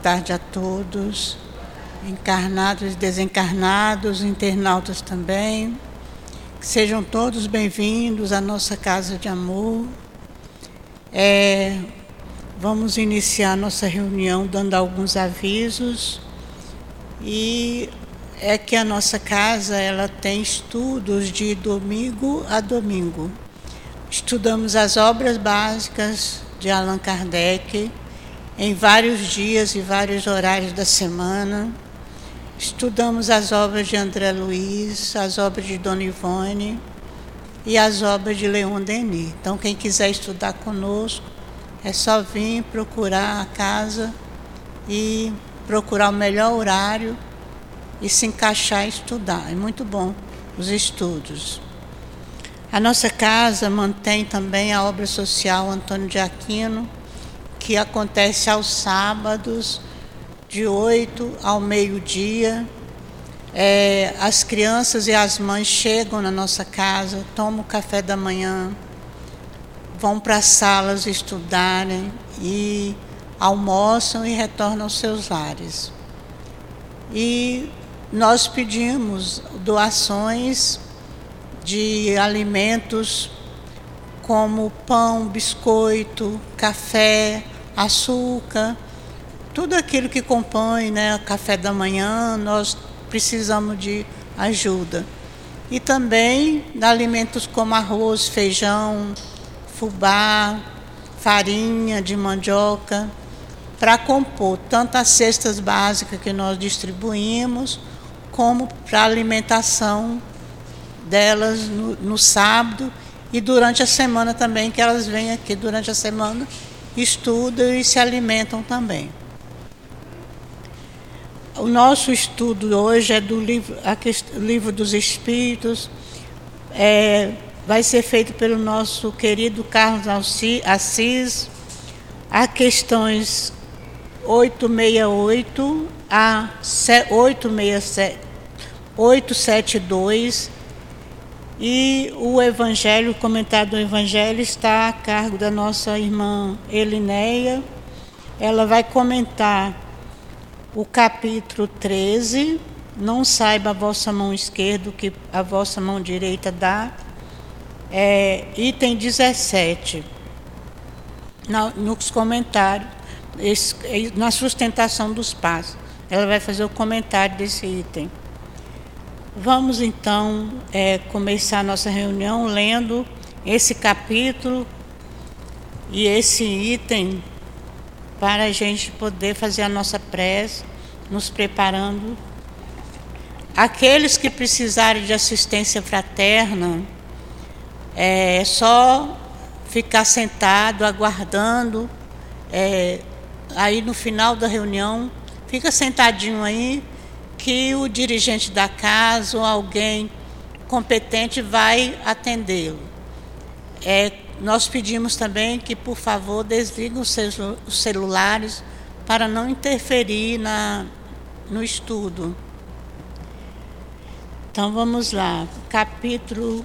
Boa tarde a todos, encarnados e desencarnados, internautas também. Que sejam todos bem-vindos à nossa casa de amor. Vamos iniciar nossa reunião dando alguns avisos. E é que a nossa casa ela tem estudos de domingo a domingo. Estudamos as obras básicas de Allan Kardec em vários dias e vários horários da semana. Estudamos as obras de André Luiz, as obras de Dona Ivone e as obras de Leon Denis. Então, quem quiser estudar conosco, é só vir procurar a casa e procurar o melhor horário e se encaixar e estudar. É muito bom os estudos. A nossa casa mantém também a obra social Antônio de Aquino, que acontece aos sábados, de 8 ao meio-dia. As crianças e as mães chegam na nossa casa, tomam o café da manhã, vão para as salas estudarem e almoçam e retornam aos seus lares. E nós pedimos doações de alimentos como pão, biscoito, café, açúcar, tudo aquilo que compõe, o café da manhã, nós precisamos de ajuda. E também alimentos como arroz, feijão, fubá, farinha de mandioca, para compor tanto as cestas básicas que nós distribuímos, como para a alimentação delas no sábado e durante a semana também, que elas vêm aqui durante a semana, estudam e se alimentam também. O nosso estudo hoje é do livro dos Espíritos, vai ser feito pelo nosso querido Carlos Assis, a questões 868 a 872, e o Evangelho, o comentário do Evangelho está a cargo da nossa irmã Elinéia. Ela vai comentar o capítulo 13, não saiba a vossa mão esquerda o que a vossa mão direita dá, item 17, nos comentários, na sustentação dos passos. Ela vai fazer o comentário desse item. Vamos então começar a nossa reunião lendo esse capítulo e esse item para a gente poder fazer a nossa prece, nos preparando. Aqueles que precisarem de assistência fraterna, é só ficar sentado, aguardando. Aí no final da reunião, fica sentadinho aí, que o dirigente da casa ou alguém competente vai atendê-lo. Nós pedimos também que, por favor, desliguem os celulares para não interferir no estudo. Então vamos lá, capítulo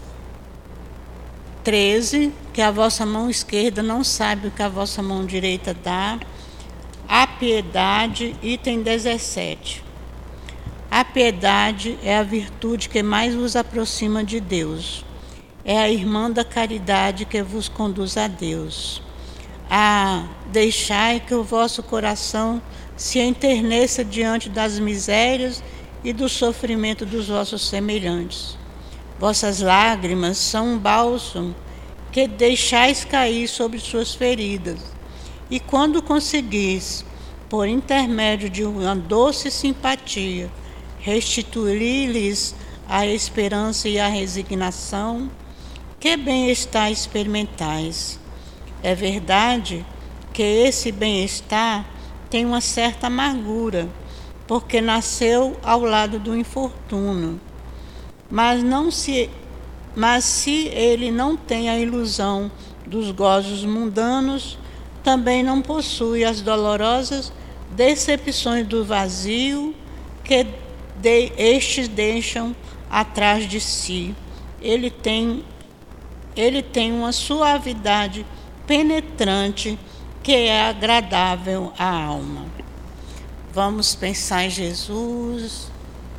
13, que a vossa mão esquerda não sabe o que a vossa mão direita dá. A piedade, item 17. A piedade é a virtude que mais vos aproxima de Deus. É a irmã da caridade que vos conduz a Deus. Deixai que o vosso coração se enterneça diante das misérias e do sofrimento dos vossos semelhantes. Vossas lágrimas são um bálsamo que deixais cair sobre suas feridas. E quando conseguis, por intermédio de uma doce simpatia, restituir-lhes a esperança e a resignação, que bem-estar experimentais. É verdade que esse bem-estar tem uma certa amargura, porque nasceu ao lado do infortúnio. Mas se ele não tem a ilusão dos gozos mundanos, também não possui as dolorosas decepções do vazio que estes deixam atrás de si. Ele tem uma suavidade penetrante que é agradável à alma. Vamos pensar em Jesus.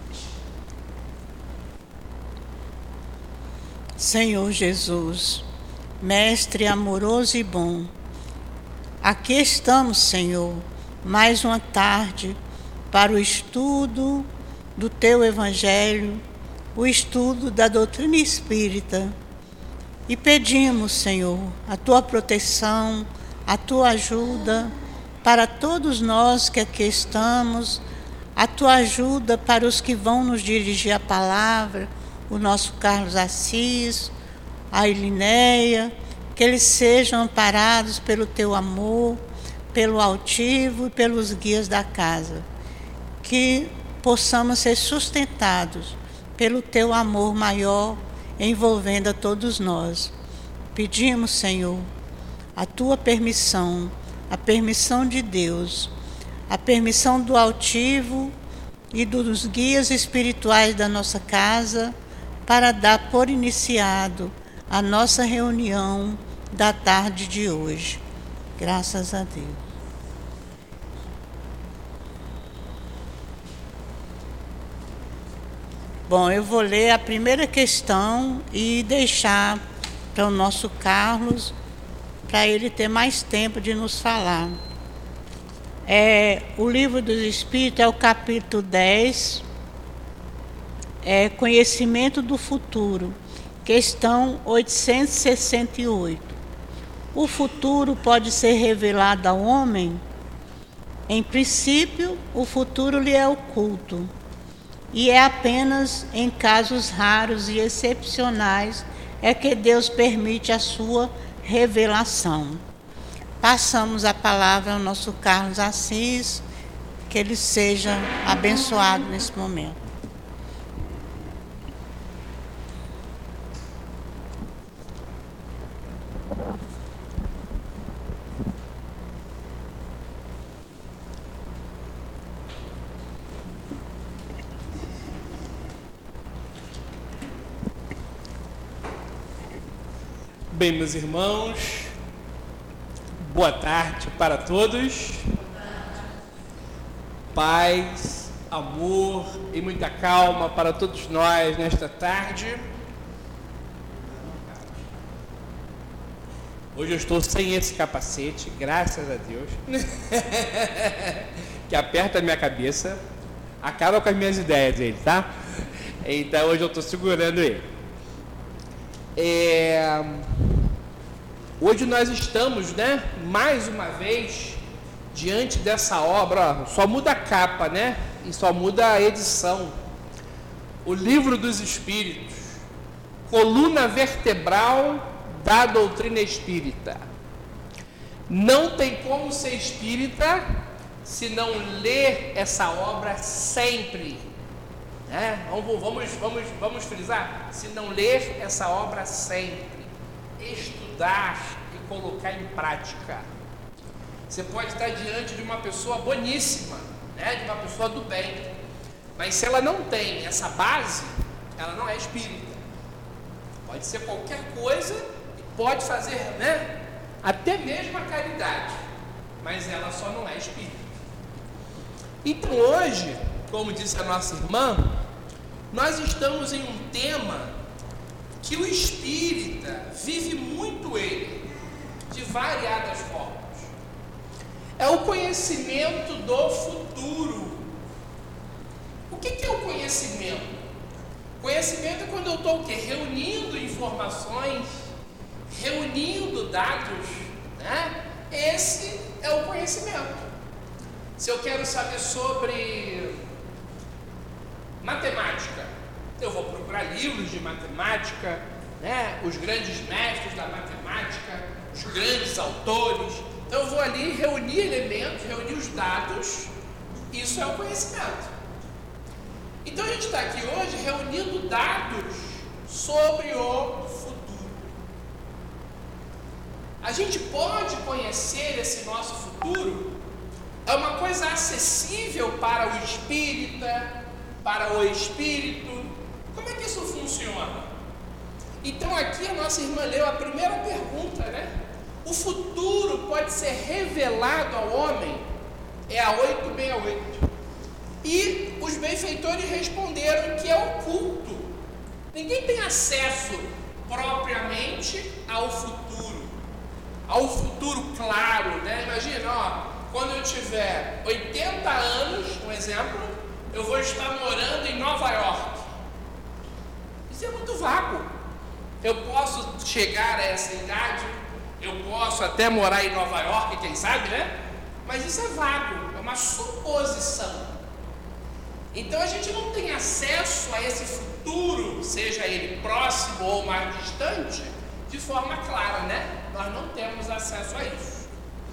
Senhor Jesus, Mestre amoroso e bom, aqui estamos, Senhor, mais uma tarde para o estudo do Teu Evangelho, o estudo da doutrina espírita. E pedimos, Senhor, a Tua proteção, a Tua ajuda para todos nós que aqui estamos, a Tua ajuda para os que vão nos dirigir a palavra, o nosso Carlos Assis, a Elinéia, que eles sejam amparados pelo Teu amor, pelo altivo e pelos guias da casa. Que possamos ser sustentados pelo Teu amor maior, envolvendo a todos nós. Pedimos, Senhor, a Tua permissão, a permissão de Deus, a permissão do altivo e dos guias espirituais da nossa casa, para dar por iniciado a nossa reunião da tarde de hoje. Graças a Deus. Bom, eu vou ler a primeira questão e deixar para o nosso Carlos, para ele ter mais tempo de nos falar. O Livro dos Espíritos é o capítulo 10, Conhecimento do Futuro, questão 868. O futuro pode ser revelado ao homem? Em princípio, o futuro lhe é oculto, e é apenas em casos raros e excepcionais é que Deus permite a sua revelação. Passamos a palavra ao nosso Carlos Assis, que ele seja abençoado nesse momento. Bem, meus irmãos, boa tarde para todos. Paz, amor e muita calma para todos nós nesta tarde. Hoje eu estou sem esse capacete, graças a Deus, que aperta a minha cabeça, acaba com as minhas ideias ele, tá? Então hoje eu estou segurando ele. Hoje nós estamos, mais uma vez, diante dessa obra, só muda a capa, e só muda a edição. O Livro dos Espíritos, coluna vertebral da doutrina espírita. Não tem como ser espírita se não ler essa obra sempre. Vamos frisar, se não ler essa obra sempre, estudar e colocar em prática. Você pode estar diante de uma pessoa boníssima, de uma pessoa do bem, mas se ela não tem essa base, ela não é espírita. Pode ser qualquer coisa e pode fazer, até mesmo a caridade, mas ela só não é espírita. Então hoje, como disse a nossa irmã, nós estamos em um tema que o espírita vive muito ele, de variadas formas. É o conhecimento do futuro. O que é o conhecimento? Conhecimento é quando eu estou reunindo informações, reunindo dados, Esse é o conhecimento. Se eu quero saber sobre matemática, eu vou procurar livros de matemática, os grandes mestres da matemática, os grandes autores. Então eu vou ali reunir elementos, reunir os dados. Isso é o conhecimento. Então a gente está aqui hoje reunindo dados sobre o futuro. A gente pode conhecer esse nosso futuro? É uma coisa acessível para o espírita, para o espírito? Como é que isso funciona? Então aqui a nossa irmã leu a primeira pergunta, O futuro pode ser revelado ao homem? É a 868. benfeitores responderam que é oculto. Ninguém tem acesso propriamente ao futuro claro, né? Imagina, quando eu tiver 80 anos, um exemplo, eu vou estar morando em Nova York. Isso é muito vago. Eu posso chegar a essa idade, eu posso até morar em Nova York, quem sabe, né? Mas isso é vago, é uma suposição. Então a gente não tem acesso a esse futuro, seja ele próximo ou mais distante, de forma clara, né? Nós não temos acesso a isso.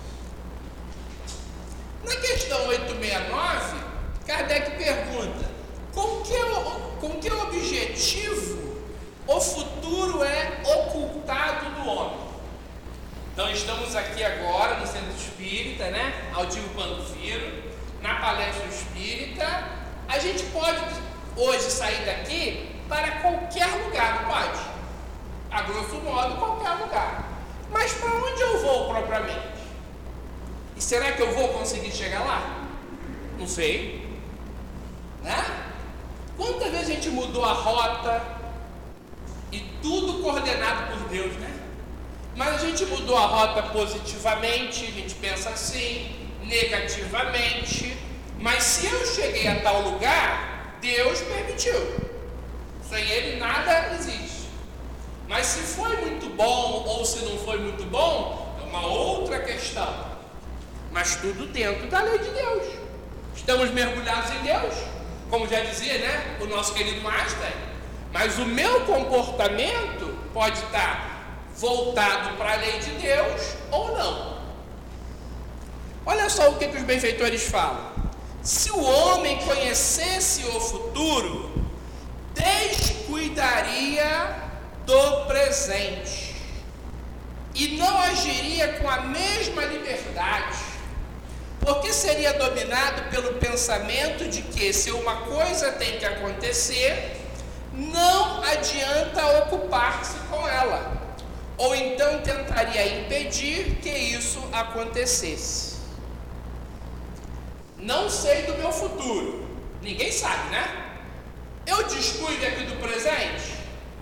Na questão 869, Kardec pergunta: com que objetivo o futuro é ocultado do homem? Então estamos aqui agora no Centro Espírita, né? Altivo Panfiro, na palestra espírita. A gente pode hoje sair daqui para qualquer lugar, não pode? A grosso modo, qualquer lugar. Mas para onde eu vou propriamente? E será que eu vou conseguir chegar lá? Não sei. Né? Quantas vezes a gente mudou a rota e tudo coordenado por Deus, né? Mas a gente mudou a rota positivamente, a gente pensa assim, negativamente. Mas se eu cheguei a tal lugar, Deus permitiu. Sem Ele nada existe. Mas se foi muito bom ou se não foi muito bom, é uma outra questão. Mas tudo dentro da lei de Deus. Estamos mergulhados em Deus, como já dizia, né, o nosso querido Einstein. Mas o meu comportamento pode estar voltado para a lei de Deus ou não. Olha só o que os benfeitores falam. Se o homem conhecesse o futuro, descuidaria do presente e não agiria com a mesma liberdade, porque seria dominado pelo pensamento de que, se uma coisa tem que acontecer, não adianta ocupar-se com ela, ou então tentaria impedir que isso acontecesse. Não sei do meu futuro, ninguém sabe, né? Eu descuido aqui do presente?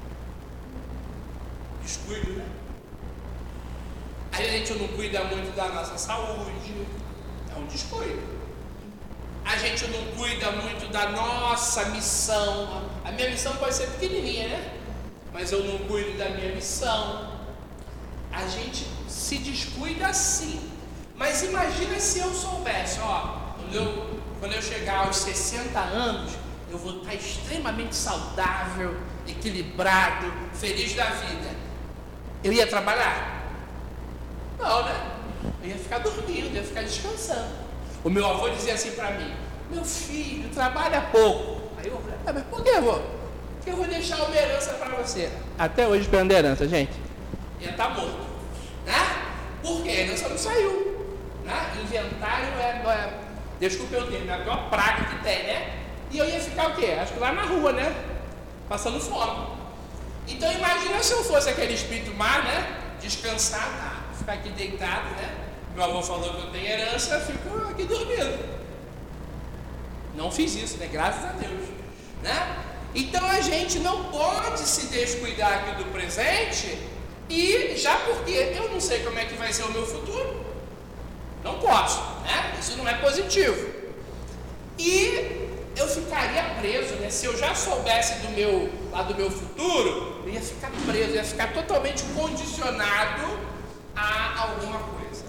Descuido, né? Aí a gente não cuida muito da nossa saúde, é um descuido. A gente não cuida muito da nossa missão. A minha missão pode ser pequenininha, né? Mas eu não cuido da minha missão. A gente se descuida sim. Mas imagina se eu soubesse, quando eu chegar aos 60 anos, eu vou estar extremamente saudável, equilibrado, feliz da vida. Eu ia trabalhar? Não, né? Eu ia ficar dormindo, ia ficar descansando. O meu avô dizia assim para mim: meu filho, trabalha pouco. Aí eu falei: mas por que, avô? Porque eu vou deixar uma herança para você. Até hoje esperando a herança, gente. Ia estar morto, né? Porque a herança não saiu, né? Inventário desculpe o termo, é a pior praga que tem, né? E eu ia ficar o quê? Acho que lá na rua, né? Passando fome. Então imagina se eu fosse aquele espírito má, né? Descansado, ficar aqui deitado, né? Meu avô falou que eu tenho herança, eu fico aqui dormindo. Não fiz isso, né? Graças a Deus, né? Então a gente não pode se descuidar aqui do presente, e já porque eu não sei como é que vai ser o meu futuro, não posso, né? Isso não é positivo. E eu ficaria preso, né? Se eu já soubesse do meu futuro, eu ia ficar preso, ia ficar totalmente condicionado a alguma coisa.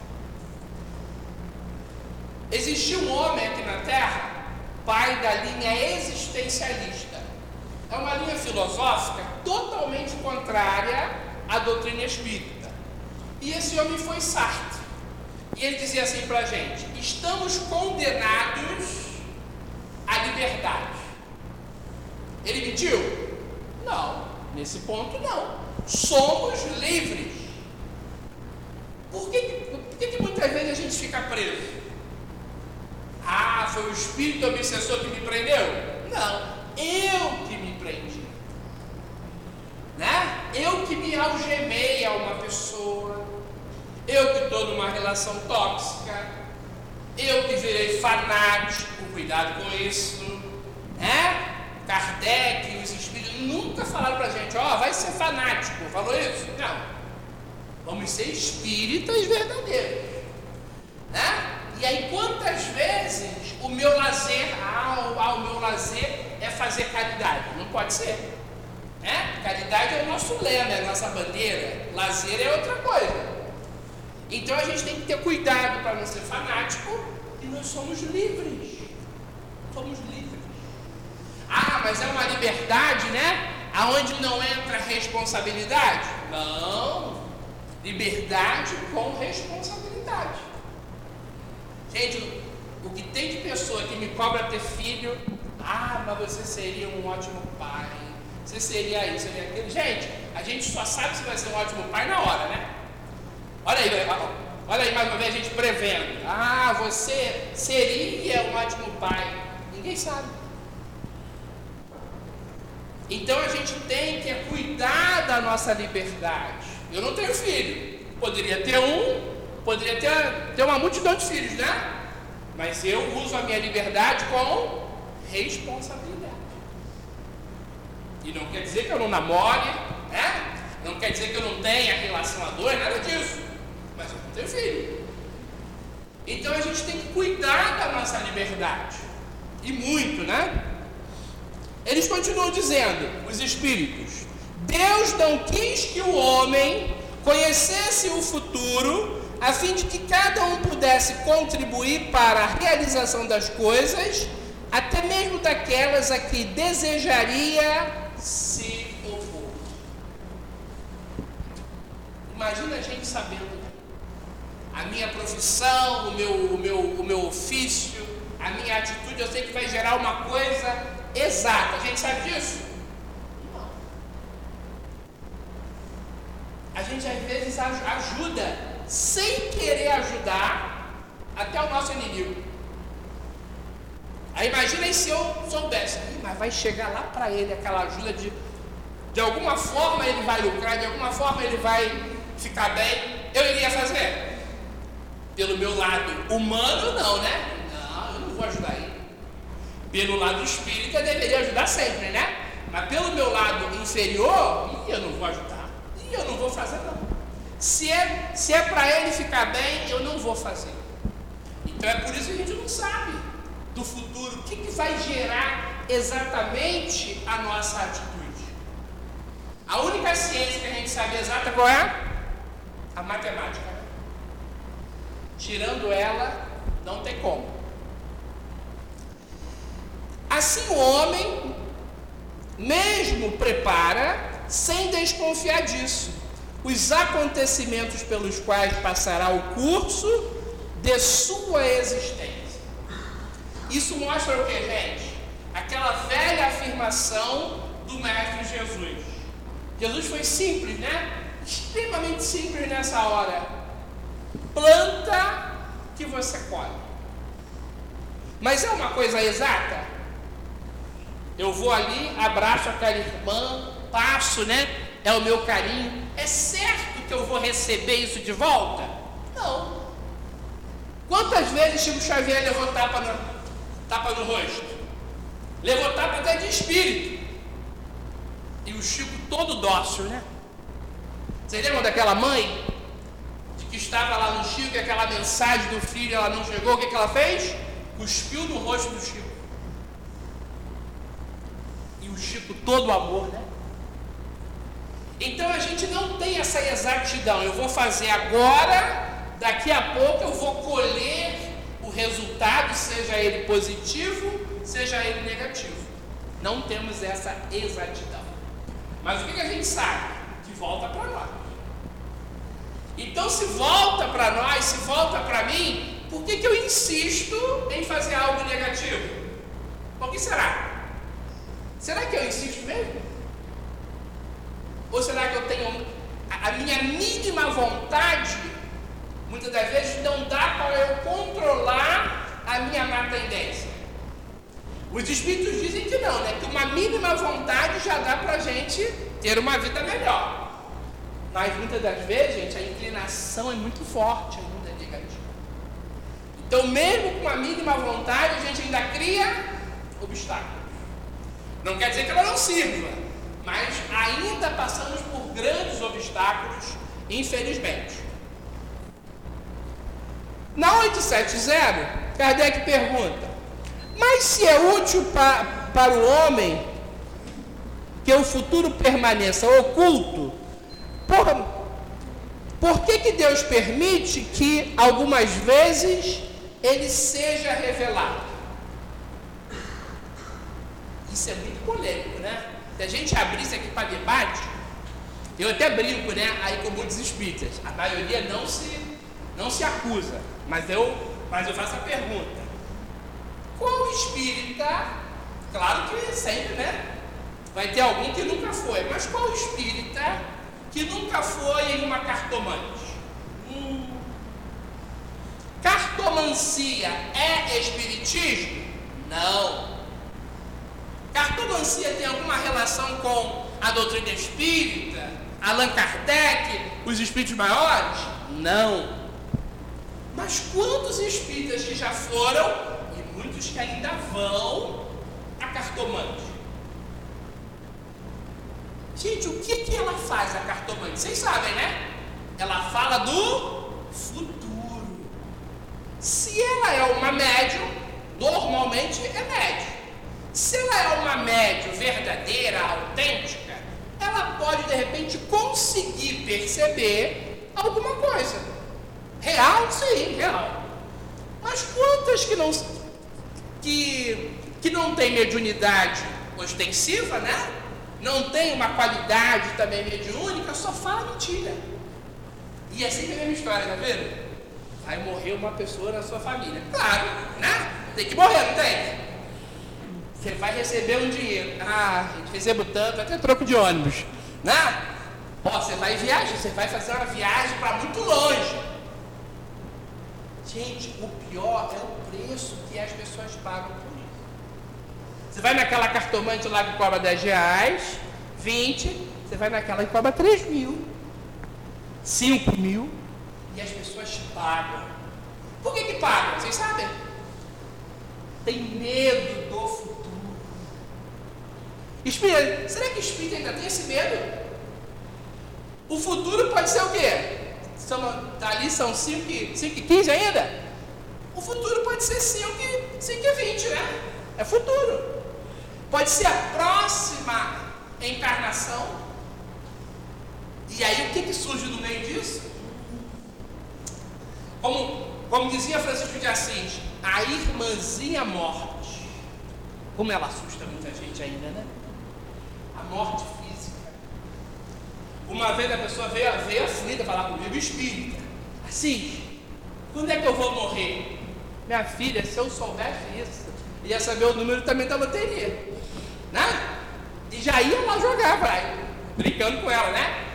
Existia um homem aqui na Terra, pai da linha existencialista. É uma linha filosófica totalmente contrária à doutrina espírita. E esse homem foi Sartre. E ele dizia assim pra gente: estamos condenados à liberdade. Ele mentiu? Não, nesse ponto não. Somos livres. Por que muitas vezes a gente fica preso? Foi o espírito obsessor que me prendeu? Não, eu que me prendi, né? Eu que me algemei a uma pessoa, eu que estou numa relação tóxica, eu que virei fanático, cuidado com isso, Kardec, os espíritos nunca falaram pra gente, vai ser fanático, falou isso? Não. Vamos ser espíritas verdadeiros, né? E aí quantas vezes o meu lazer, o meu lazer é fazer caridade? Não pode ser, né? Caridade é o nosso lema, é a nossa bandeira, lazer é outra coisa. Então a gente tem que ter cuidado para não ser fanático, e nós somos livres. Somos livres. Mas é uma liberdade, né? Aonde não entra responsabilidade? Não. Liberdade com responsabilidade. Gente, o que tem de pessoa que me cobra ter filho, mas você seria um ótimo pai, você seria isso, seria aquilo. Gente, a gente só sabe se vai ser um ótimo pai na hora, né? Olha aí mais uma vez a gente prevendo. Você seria um ótimo pai. Ninguém sabe. Então a gente tem que cuidar da nossa liberdade. Eu não tenho filho. Poderia ter uma multidão de filhos, né? Mas eu uso a minha liberdade com responsabilidade. E não quer dizer que eu não namore, né? Não quer dizer que eu não tenha relação a dois, nada disso. Mas eu não tenho filho. Então a gente tem que cuidar da nossa liberdade. E muito, né? Eles continuam dizendo, os espíritos, Deus não quis que o homem conhecesse o futuro, a fim de que cada um pudesse contribuir para a realização das coisas, até mesmo daquelas a que desejaria se opor. Imagina a gente sabendo a minha profissão, o meu ofício, a minha atitude, eu sei que vai gerar uma coisa exata. A gente sabe disso? Não. A gente às vezes ajuda, sem querer ajudar, até o nosso inimigo. Aí imagina se eu soubesse, mas vai chegar lá para ele aquela ajuda de alguma forma ele vai lucrar, de alguma forma ele vai ficar bem, eu iria fazer? Pelo meu lado humano, não, né? Não, eu não vou ajudar ele. Pelo lado espírita, eu deveria ajudar sempre, né? Mas pelo meu lado inferior, eu não vou ajudar. Eu não vou fazer, não. Se é para ele ficar bem, eu não vou fazer. Então é por isso que a gente não sabe do futuro, o que vai gerar exatamente a nossa atitude. A única ciência que a gente sabe exata qual é? A matemática. Tirando ela, não tem como. Assim o homem mesmo prepara, sem desconfiar disso, os acontecimentos pelos quais passará o curso de sua existência. Isso mostra o que, gente? Aquela velha afirmação do Mestre Jesus. Jesus foi simples, né? Extremamente simples nessa hora. Planta que você colhe. Mas é uma coisa exata? Eu vou ali, abraço aquela irmã, passo, né? É o meu carinho. É certo que eu vou receber isso de volta? Não. Quantas vezes Chico Xavier levou tapa no rosto? Levou tapa até de espírito. E o Chico todo dócil, né? Vocês lembram daquela mãe que estava lá no Chico e aquela mensagem do filho, ela não chegou, o que ela fez? Cuspiu no rosto do Chico. E o Chico todo amor, né? Então a gente não tem essa exatidão. Eu vou fazer agora, daqui a pouco eu vou colher o resultado, seja ele positivo, seja ele negativo. Não temos essa exatidão. Mas o que a gente sabe? Que volta para nós. Então, se volta para nós, se volta para mim, por que eu insisto em fazer algo negativo? Por que será? Será que eu insisto mesmo? Ou será que eu tenho a minha mínima vontade, muitas das vezes não dá para eu controlar a minha má tendência? Os espíritos dizem que não, né? Que uma mínima vontade já dá para a gente ter uma vida melhor. Mas muitas das vezes, gente, a inclinação é muito forte ainda, é negativa. Então, mesmo com uma mínima vontade, a gente ainda cria obstáculos. Não quer dizer que ela não sirva, mas ainda passamos por grandes obstáculos, infelizmente. Na 870, Kardec pergunta: mas se é útil para o homem que o futuro permaneça oculto, por que Deus permite que algumas vezes ele seja revelado? Isso é muito polêmico, né? Se a gente abrir isso aqui para debate, eu até brinco, né? Aí com muitos espíritas, a maioria não se acusa, mas eu faço a pergunta: qual espírita, claro que sempre, né? Vai ter algum que nunca foi, mas qual espírita que nunca foi em uma cartomante? Cartomancia é espiritismo? Não. Cartomancia tem alguma relação com a doutrina espírita? Allan Kardec? Os espíritos maiores? Não. Mas quantos espíritas que já foram, e muitos que ainda vão, a cartomante? Gente, o que ela faz, a cartomante? Vocês sabem, né? Ela fala do futuro. Se ela é uma médium, normalmente é médium. Se ela é uma médium verdadeira, autêntica, ela pode, de repente, conseguir perceber alguma coisa. Real? Sim, real. Mas quantas que não tem mediunidade ostensiva, né? Não tem uma qualidade também mediúnica, só fala mentira. E assim é a mesma história, tá vendo? Vai morrer uma pessoa na sua família. Claro, né? Tem que morrer, não tem? Você vai receber um dinheiro. Ah, recebo tanto, até troco de ônibus, né? Ó, você vai viajar, você vai fazer uma viagem para muito longe. Gente, o pior é o preço que as pessoas pagam por isso. Você vai naquela cartomante lá que cobra R$10, 20, você vai naquela que cobra 3 mil, 5 mil, e as pessoas pagam. Por que pagam? Vocês sabem? Tem medo do futuro. Espírita, será que o espírito ainda tem esse medo? O futuro pode ser o quê? Ali são 5 e 15 ainda? O futuro pode ser 5 e 20, né? É futuro. Pode ser a próxima encarnação. E aí o que surge no meio disso? Como dizia Francisco de Assis, a irmãzinha morte. Como ela assusta muita gente ainda, né? A morte física. Uma vez a pessoa veio aflita falar comigo, espírita, assim, quando é que eu vou morrer? Minha filha, se eu soubesse isso, ia saber o número também da loteria, né? E já ia lá jogar, vai, brincando com ela, né?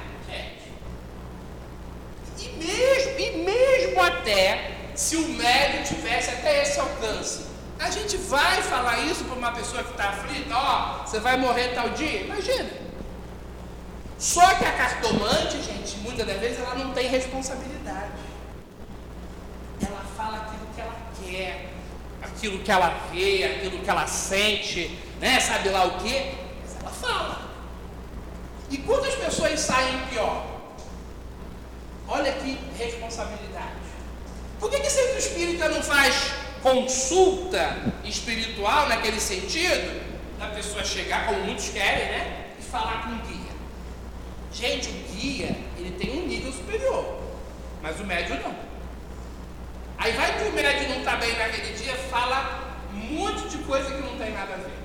E mesmo até se o médium tivesse até esse alcance, a gente vai falar isso para uma pessoa que está aflita, ó, você vai morrer tal dia? Imagina. Só que a cartomante, gente, muitas das vezes ela não tem responsabilidade. Ela fala aquilo que ela quer, aquilo que ela vê, aquilo que ela sente, né? Sabe lá o quê? Mas ela fala. E quantas pessoas saem pior? Olha que responsabilidade. Por que centro espírita não faz consulta espiritual naquele sentido? Da pessoa chegar, como muitos querem, né? E falar com o guia. Gente, o guia, ele tem um nível superior, mas o médium não. Aí vai que o médium não está bem naquele dia, fala um monte de coisa que não tem nada a ver.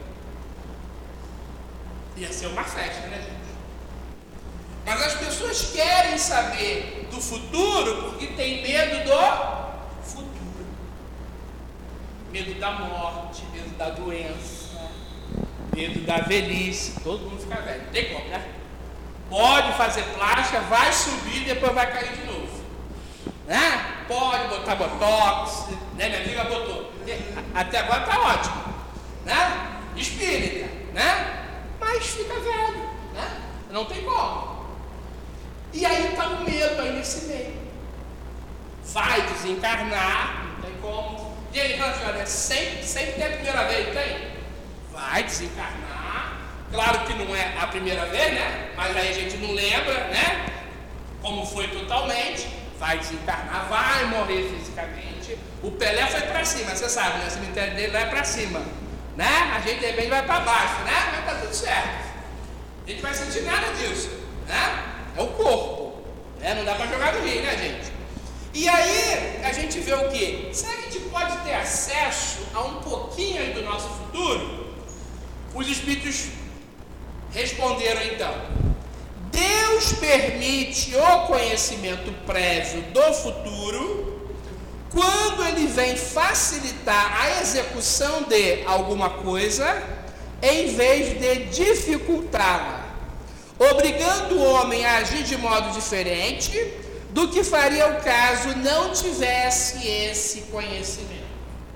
Ia ser uma festa, né, gente? Mas as pessoas querem saber do futuro porque tem medo do futuro. Medo da morte, medo da doença, medo da velhice. Todo mundo fica velho, não tem como, né? Pode fazer plástica, vai subir e depois vai cair de novo. Né? Pode botar botox, né? Minha amiga botou. Até agora tá ótimo. Né? Espírita, né? Mas fica velho, né? Não tem como. E aí está o medo aí nesse meio. Vai desencarnar, não tem como. E aí, Francisco, sempre tem a primeira vez, tem? Vai desencarnar, Claro que não é a primeira vez, né? Mas aí a gente não lembra, né? Como foi totalmente. Vai desencarnar, vai morrer fisicamente. O Pelé foi para cima, você sabe, né? O cemitério dele lá é para cima, né? A gente de repente vai para baixo, né? Mas tá tudo certo. A gente vai sentir nada disso, né? É o corpo, né? Não dá para jogar no rio, né, gente? E aí a gente vê o quê? Será que a gente pode ter acesso a um pouquinho aí do nosso futuro? Os espíritos responderam então: Deus permite o conhecimento prévio do futuro quando ele vem facilitar a execução de alguma coisa em vez de dificultá-la, obrigando o homem a agir de modo diferente do que faria o caso não tivesse esse conhecimento.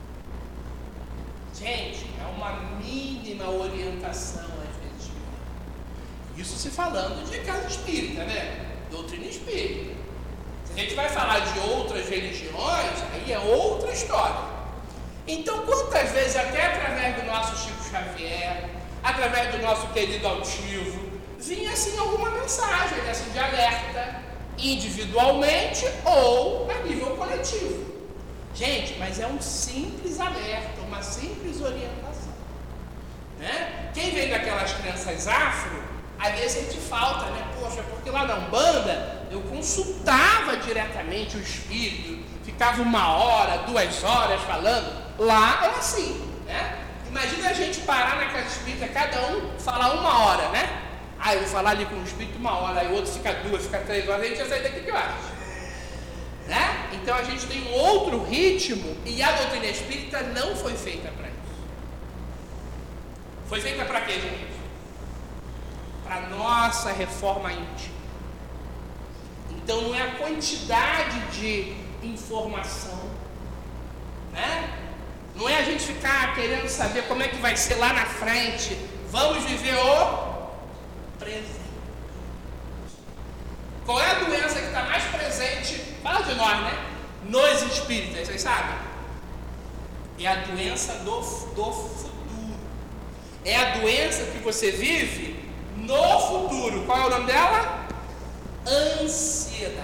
Gente, é uma mínima orientação às vezes. Isso se falando de casa espírita, né? Doutrina espírita. Se a gente vai falar de outras religiões, aí é outra história. Então, quantas vezes, até através do nosso Chico Xavier, através do nosso querido Altivo, vinha assim alguma mensagem assim, de alerta, individualmente ou a nível coletivo. Gente, mas é um simples alerta, uma simples orientação, né? Quem vem daquelas crenças afro, às vezes a gente falta, né? Poxa, porque lá na Umbanda eu consultava diretamente o espírito, ficava 1 hora, 2 horas falando. Lá é assim, né? Imagina a gente parar na casa espírita, cada um falar 1 hora, né? Ah, eu vou falar ali com o espírito 1 hora, aí o outro fica 2, fica 3 horas, a gente ia sair daqui que horas? Né? Então a gente tem um outro ritmo e a doutrina espírita não foi feita para isso. Foi feita para quê, gente? Para nossa reforma íntima. Então não é a quantidade de informação, né? Não é a gente ficar querendo saber como é que vai ser lá na frente. Vamos viver o presente. Qual é a doença que está mais presente? Fala de nós, né? Nos espíritas, vocês sabem? É a doença do futuro. É a doença que você vive no futuro. Qual é o nome dela? Ansiedade.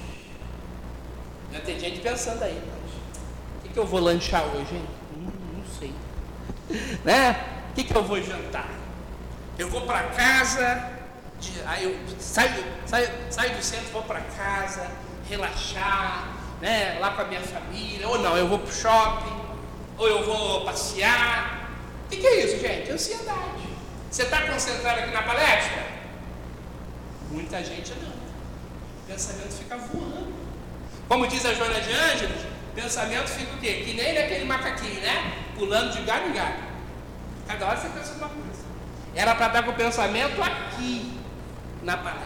Já tem gente pensando aí, mas o que eu vou lanchar hoje, hein? Não sei. Né? O que eu vou jantar? Eu vou para casa, aí eu saio do centro, vou para casa, relaxar, né? Lá com a minha família, ou não, eu vou para o shopping, ou eu vou passear. O que é isso, gente? Ansiedade. Você está concentrado aqui na palestra? Muita gente não. O pensamento fica voando. Como diz a Joana de Ângeles, o pensamento fica o quê? Que nem naquele macaquinho, né? Pulando de galho em galho. Cada hora você pensa numa coisa. Era para estar com o pensamento aqui, na palestra.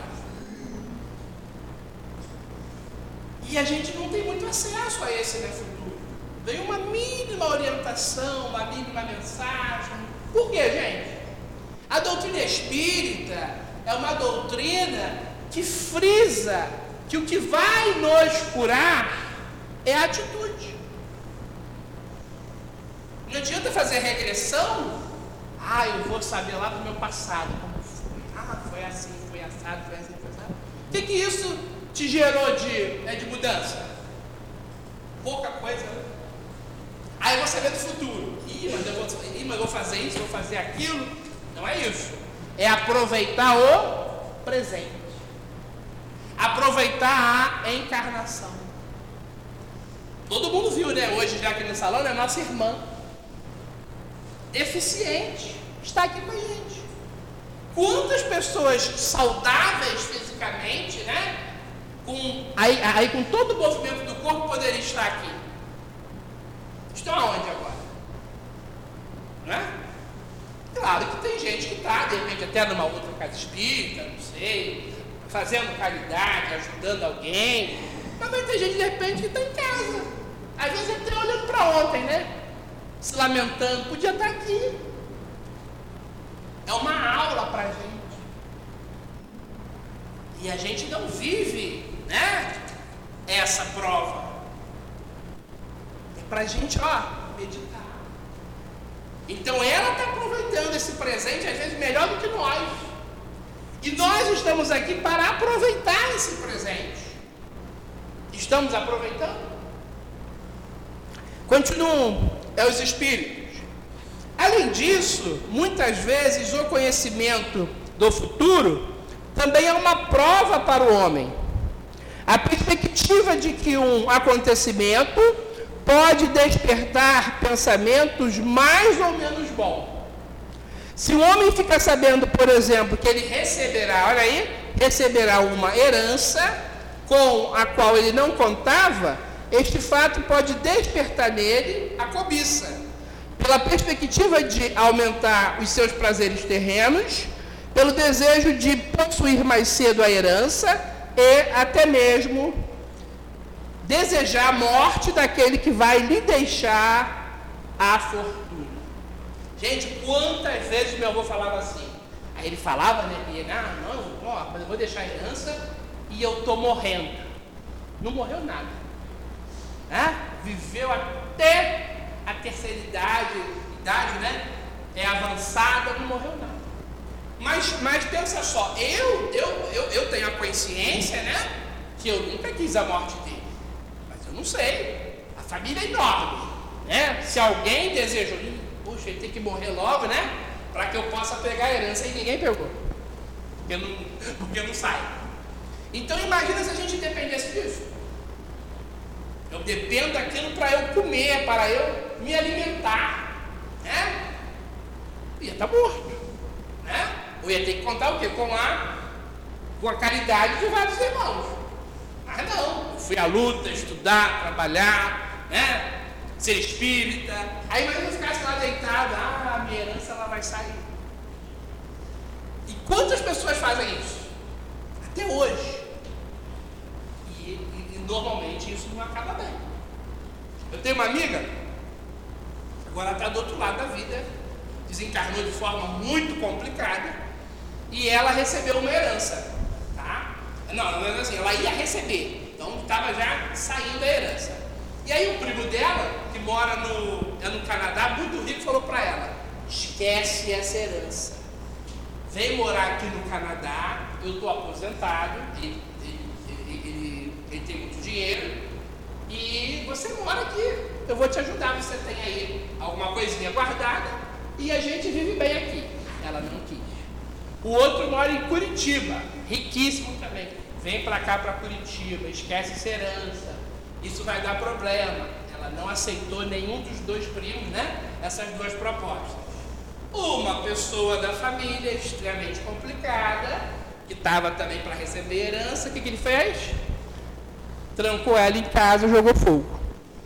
E a gente não tem muito acesso a esse, né, futuro. Vem uma mínima orientação, uma mínima mensagem. Por quê, gente? A doutrina espírita é uma doutrina que frisa que o que vai nos curar é a atitude. Não adianta fazer regressão. Ah, eu vou saber lá do meu passado como foi. Ah, foi assim, foi assado, foi assim, foi assado. O que isso te gerou de mudança? Pouca coisa, né? Aí eu vou saber do futuro. Mas eu vou fazer isso, vou fazer aquilo. Não é isso. É aproveitar o presente. Aproveitar a encarnação. Todo mundo viu, né? Hoje, já aqui no salão, é nossa irmã. Deficiente. Está aqui com a gente. Quantas pessoas saudáveis fisicamente, né? Aí com todo o movimento do corpo poderia estar aqui. Estão aonde agora? Né? Claro que tem gente que está, de repente, até numa outra casa espírita, não sei, fazendo caridade, ajudando alguém. Mas vai ter gente, de repente, que está em casa. Às vezes até olhando para ontem, né? Se lamentando, podia estar aqui. É uma aula para a gente. E a gente não vive, né? Essa prova. É para a gente, meditar. Então ela está aproveitando aproveitando esse presente, às vezes melhor do que nós. E nós estamos aqui para aproveitar esse presente. Estamos aproveitando? Continuam os espíritos. Além disso, muitas vezes o conhecimento do futuro também é uma prova para o homem. A perspectiva de que um acontecimento pode despertar pensamentos mais ou menos bons. Se o homem fica sabendo, por exemplo, que ele receberá, olha aí, receberá uma herança com a qual ele não contava, este fato pode despertar nele a cobiça, pela perspectiva de aumentar os seus prazeres terrenos, pelo desejo de possuir mais cedo a herança e até mesmo desejar a morte daquele que vai lhe deixar a fortuna. Gente, quantas vezes meu avô falava assim? Aí ele falava, né? E ele, mas eu vou deixar a herança e eu estou morrendo. Não morreu nada. Viveu até a terceira idade, né? É avançada, não morreu nada. Mas pensa só, eu tenho a consciência, né? Que eu nunca quis a morte dele. Mas eu não sei. A família é enorme, né? Se alguém desejou, puxa, ele tem que morrer logo, né? Para que eu possa pegar a herança, e ninguém pegou. Porque não sai. Então imagina se a gente dependesse disso. Eu dependo daquilo para eu comer, para eu me alimentar, né? Ia estar morto, né? Eu ia ter que contar o quê? Com a caridade de vários irmãos. Mas não, eu fui à luta, estudar, trabalhar, né? Ser espírita. Aí imagina eu ficasse lá deitado, a minha herança ela vai sair. E quantas pessoas fazem isso? Até hoje. E normalmente isso não acaba bem. Eu tenho uma amiga, agora está do outro lado da vida, desencarnou de forma muito complicada, e ela recebeu uma herança, tá? Não é assim, ela ia receber, então estava já saindo a herança. E aí o primo dela, que mora no Canadá, muito rico, falou para ela: esquece essa herança, vem morar aqui no Canadá, eu estou aposentado, ele tem muito dinheiro, e você mora aqui, eu vou te ajudar, você tem aí alguma coisinha guardada, e a gente vive bem aqui. Ela não quis. O outro mora em Curitiba, riquíssimo também, vem para cá, para Curitiba, esquece essa herança, isso vai dar problema. Ela não aceitou nenhum dos dois primos, né? Essas duas propostas. Uma pessoa da família extremamente complicada, que estava também para receber herança, o que ele fez? Trancou ela em casa e jogou fogo.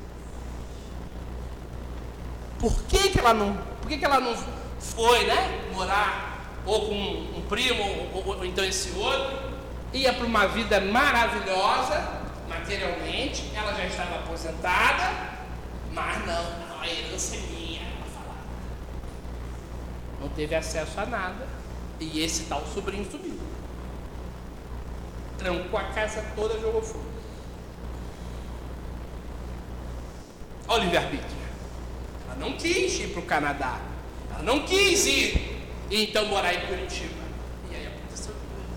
Por que ela não foi, né? Morar ou com um primo ou então esse outro? Ia para uma vida maravilhosa materialmente, ela já estava aposentada, mas não, a herança é minha, ela falava. Não teve acesso a nada, e esse tal sobrinho subiu. Trancou a casa toda e jogou fogo. Olha o livre-arbítrio. Ela não quis ir para o Canadá, ela não quis ir e então morar em Curitiba. E aí aconteceu.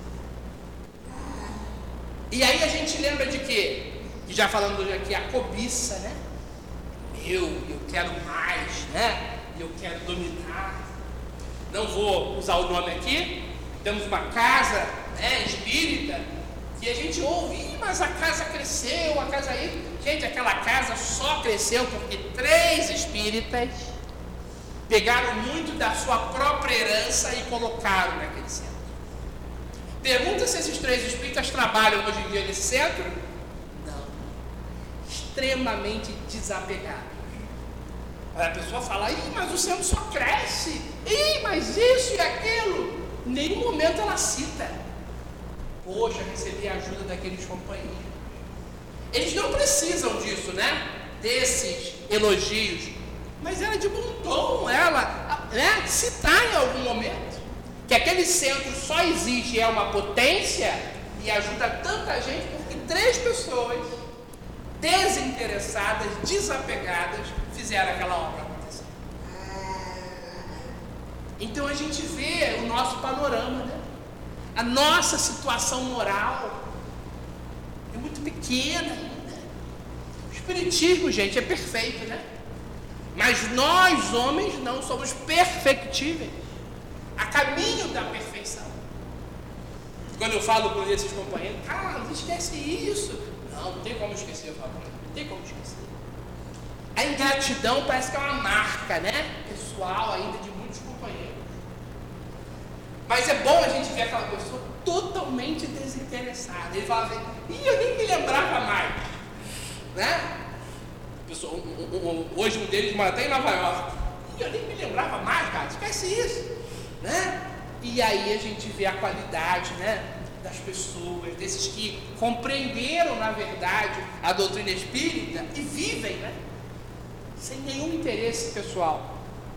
E aí a gente lembra de quê? Que já falando hoje aqui, a cobiça, né? Eu quero mais, né? Eu quero dominar. Não vou usar o nome aqui. Temos uma casa, né, espírita, que a gente ouve, mas a casa cresceu, a casa aí. Gente, aquela casa só cresceu porque 3 espíritas pegaram muito da sua própria herança e colocaram naquele centro. Pergunta se esses 3 espíritas trabalham hoje em dia nesse centro? Não. Extremamente desapegados. Aí a pessoa fala, mas o centro só cresce. Mas isso e aquilo. Em nenhum momento ela cita. Poxa, recebi a ajuda daqueles companheiros. Eles não precisam disso, né? Desses elogios. Mas ela de bom tom, ela, né, citar em algum momento que aquele centro só existe e é uma potência e ajuda tanta gente porque 3 pessoas desinteressadas, desapegadas, fizeram aquela obra acontecer. Então a gente vê o nosso panorama, né? A nossa situação moral é muito pequena, né? O espiritismo, gente, é perfeito, né? Mas nós, homens, não somos perfectíveis, a caminho da perfeição. Quando eu falo com esses companheiros, não esquece isso. Não tem como esquecer, eu falo, não tem como esquecer. A ingratidão parece que é uma marca, né? Pessoal ainda de muitos companheiros. Mas é bom a gente ver aquela pessoa totalmente desinteressada. Ele fala assim, eu nem me lembrava mais, né? Hoje um deles mora até em Nova York. Eu nem me lembrava mais, cara, esquece isso, né? E aí a gente vê a qualidade, né, das pessoas, desses que compreenderam, na verdade, a doutrina espírita e vivem, né, sem nenhum interesse pessoal.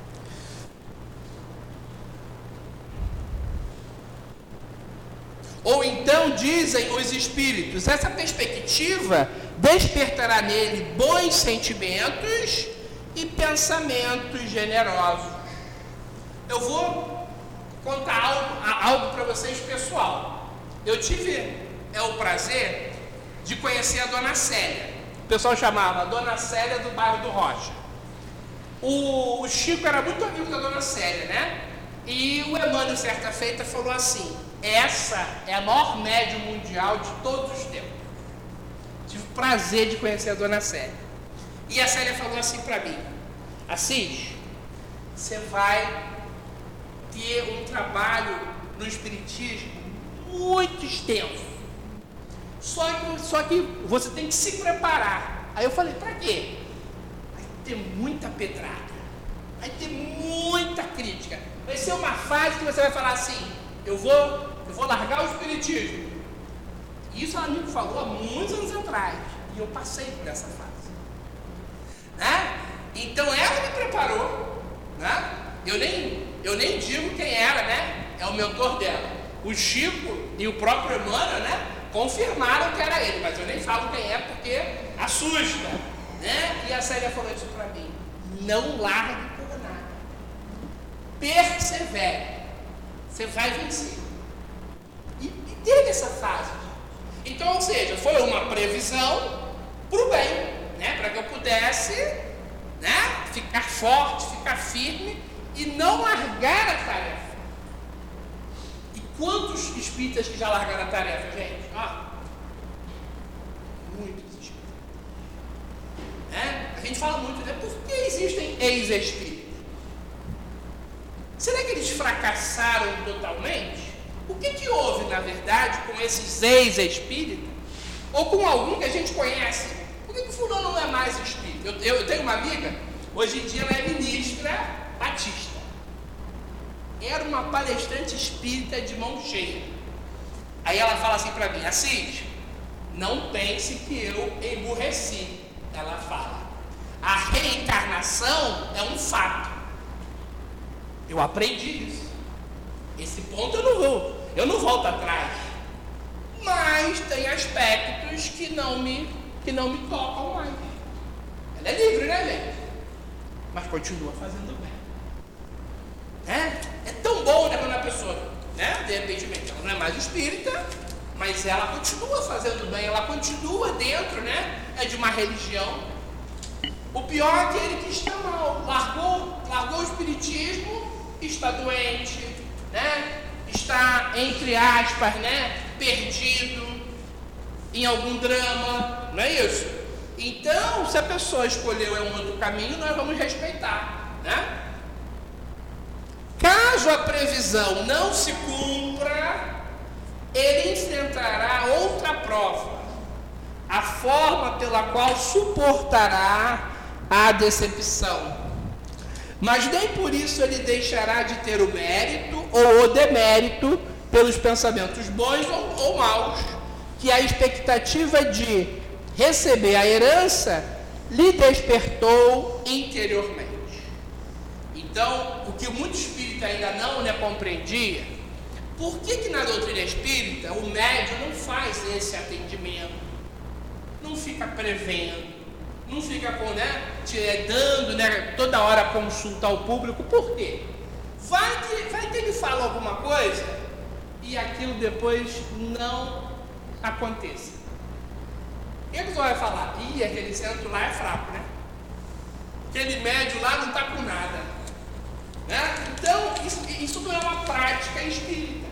Ou então dizem os espíritos, essa perspectiva despertará nele bons sentimentos e pensamentos generosos. Eu vou contar algo para vocês pessoal. Eu tive o prazer de conhecer a Dona Célia. O pessoal chamava a Dona Célia do bairro do Rocha. O Chico era muito amigo da Dona Célia, né? E o Emmanuel, certa feita, falou assim, essa é a maior médium mundial de todos os tempos. Tive o prazer de conhecer a Dona Célia. E a Célia falou assim para mim, Assis, você vai ter um trabalho no espiritismo muito extenso. Só que você tem que se preparar. Aí eu falei, para quê? Vai ter muita pedrada, vai ter muita crítica. Vai ser uma fase que você vai falar assim, eu vou largar o espiritismo. Isso ela me falou há muitos anos atrás. E eu passei por essa fase, né? Então ela me preparou, né? Eu nem digo quem era, né? É o mentor dela. O Chico e o próprio Emmanuel, né? Confirmaram que era ele, mas eu nem falo quem é porque assusta, né? E a Célia falou isso para mim. Não largue por nada. Persevere. Você vai vencer. E teve essa fase. Então, ou seja, foi uma previsão para o bem, né? Para que eu pudesse, né? Ficar forte, ficar firme e não largar a tarefa. E quantos espíritas que já largaram a tarefa, gente? Muitos espíritas. Né? A gente fala muito, né? Por que existem ex-espíritas? Será que eles fracassaram totalmente? O que houve, na verdade, com esses ex-espíritas? Ou com algum que a gente conhece? Por que o fulano não é mais espírita? Eu tenho uma amiga, hoje em dia ela é ministra batista. Era uma palestrante espírita de mão cheia. Aí ela fala assim para mim, Assis, não pense que eu emburreci. Ela fala, a reencarnação é um fato. Eu aprendi isso. Esse ponto eu não volto atrás. Mas tem aspectos que não me tocam mais. Ela é livre, né, gente? Mas continua fazendo bem. É tão bom, né, quando a pessoa, né, de repente, ela não é mais espírita, mas ela continua fazendo bem, ela continua dentro, né, de uma religião. O pior é aquele que está mal, largou o espiritismo, está doente, né, está, entre aspas, né, perdido em algum drama, não é isso? Então, se a pessoa escolheu um outro caminho, nós vamos respeitar, né? Caso a previsão não se cumpra, ele enfrentará outra prova, a forma pela qual suportará a decepção. Mas nem por isso ele deixará de ter o mérito ou o demérito pelos pensamentos bons ou maus, que a expectativa de receber a herança lhe despertou interiormente. Então, o que muito espírita ainda não compreendia, por que na doutrina espírita o médium não faz esse atendimento, não fica prevendo, não fica dando, toda hora consulta ao público? Por quê? Vai que coisa e aquilo depois não aconteça. O que a pessoa vai falar? Aquele centro lá é fraco, né? Aquele médio lá não está com nada, né? Então, isso não é uma prática espírita.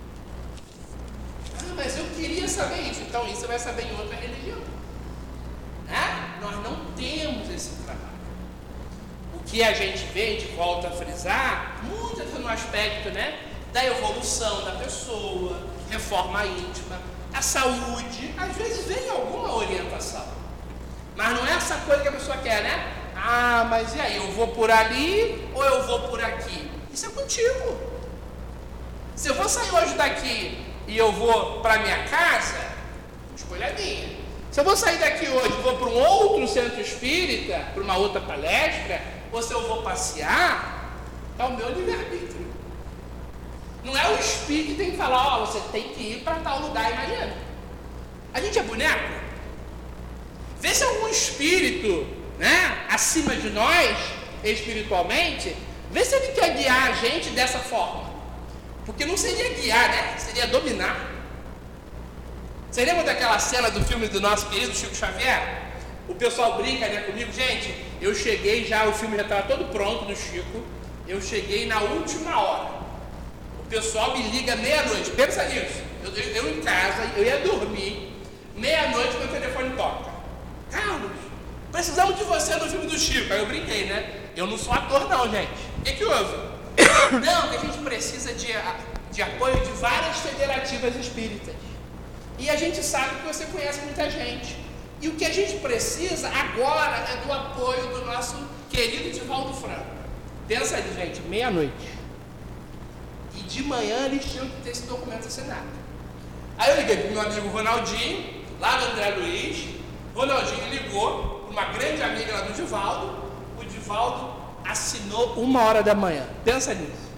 Mas eu queria saber isso. Então, isso você vai saber em outra religião, né? Nós não temos esse trabalho. O que a gente vê, a gente volta a frisar, muito no aspecto, né, da evolução da pessoa, reforma íntima, a saúde. Às vezes vem alguma orientação, mas não é essa coisa que a pessoa quer, né? Mas e aí, eu vou por ali ou eu vou por aqui? Isso é contigo. Se eu vou sair hoje daqui e eu vou para minha casa, a escolha é minha. Se eu vou sair daqui hoje e vou para um outro centro espírita, para uma outra palestra, ou se eu vou passear, é o meu livre-arbítrio. Não é o espírito que tem que falar, você tem que ir para tal lugar, imagina. A gente é boneco? Vê se algum espírito, né, acima de nós, espiritualmente, vê se ele quer guiar a gente dessa forma. Porque não seria guiar, né? Seria dominar. Você lembra daquela cena do filme do nosso querido Chico Xavier? O pessoal brinca, né, comigo. Gente, eu cheguei já, o filme já estava todo pronto do Chico. Eu cheguei na última hora. O pessoal me liga meia-noite. Pensa nisso. Eu em casa, eu ia dormir. Meia-noite meu telefone toca. Carlos, precisamos de você no filme do Chico. Aí eu brinquei, né? Eu não sou ator não, gente. O que houve? Não, que a gente precisa de apoio de várias federativas espíritas. E a gente sabe que você conhece muita gente. E o que a gente precisa agora é do apoio do nosso querido Divaldo Franco. Pensa ali, gente, meia-noite. E de manhã eles tinham que ter esse documento assinado. Aí eu liguei para o meu amigo Ronaldinho, lá do André Luiz. Ronaldinho ligou para uma grande amiga lá do Divaldo. O Divaldo assinou 1h da manhã. Pensa nisso.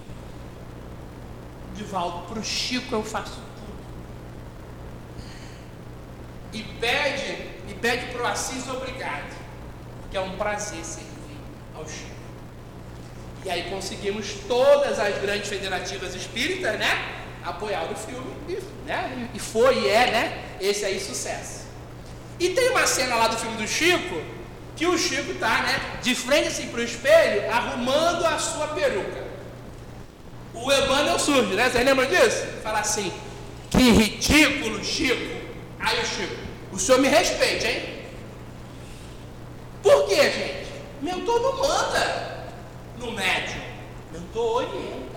Divaldo, para o Chico eu faço tudo. E pede para o Assis obrigado, que é um prazer servir ao Chico. E aí conseguimos todas as grandes federativas espíritas, né, apoiar o filme, né, e foi e é, né, esse aí sucesso. E tem uma cena lá do filme do Chico, que o Chico tá, né, de frente assim para o espelho, arrumando a sua peruca. O Emmanuel surge, né, vocês lembram disso? Fala assim, que ridículo, Chico. Aí o Chico, o senhor me respeite, hein? Por quê, gente? Mentor não manda no médium, mentor orienta.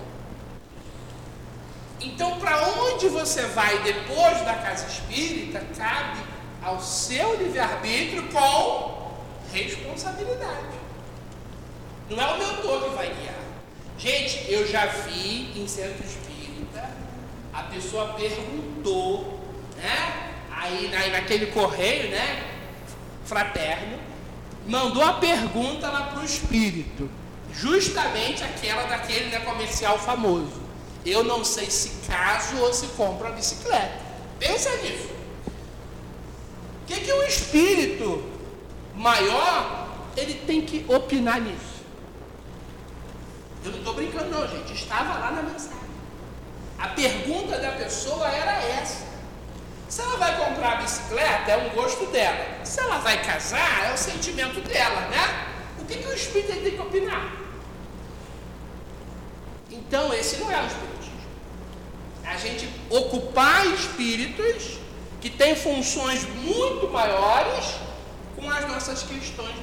Então, para onde você vai depois da casa espírita, cabe ao seu livre-arbítrio com responsabilidade. Não é o mentor que vai guiar. Gente, eu já vi em centro espírita, a pessoa perguntou, né? Aí naquele correio, né, fraterno, mandou a pergunta lá para o espírito, justamente aquela daquele, né, comercial famoso. Eu não sei se caso ou se compro a bicicleta. Pensa nisso. O que o espírito maior, ele tem que opinar nisso? Eu não estou brincando não, gente. Estava lá na mensagem. A pergunta da pessoa era essa. Se ela vai comprar a bicicleta, é um gosto dela. Se ela vai casar, é o sentimento dela, né? O que o espírito tem que opinar? Então, esse não é o espiritismo. A gente ocupar espíritos que têm funções muito maiores com as nossas questões.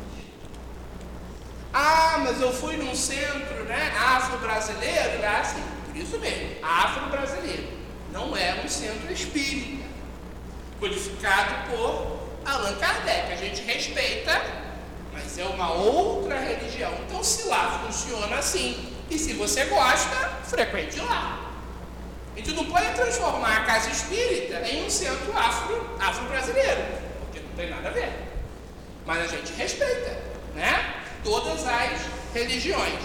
Mas eu fui num centro, né, afro-brasileiro, né, assim, por isso mesmo, afro-brasileiro. Não é um centro espírita, codificado por Allan Kardec. A gente respeita, mas é uma outra religião. Então, se lá funciona assim, e se você gosta, frequente lá. A gente não pode transformar a casa espírita em um centro afro-brasileiro, porque não tem nada a ver. Mas a gente respeita, né, todas as religiões.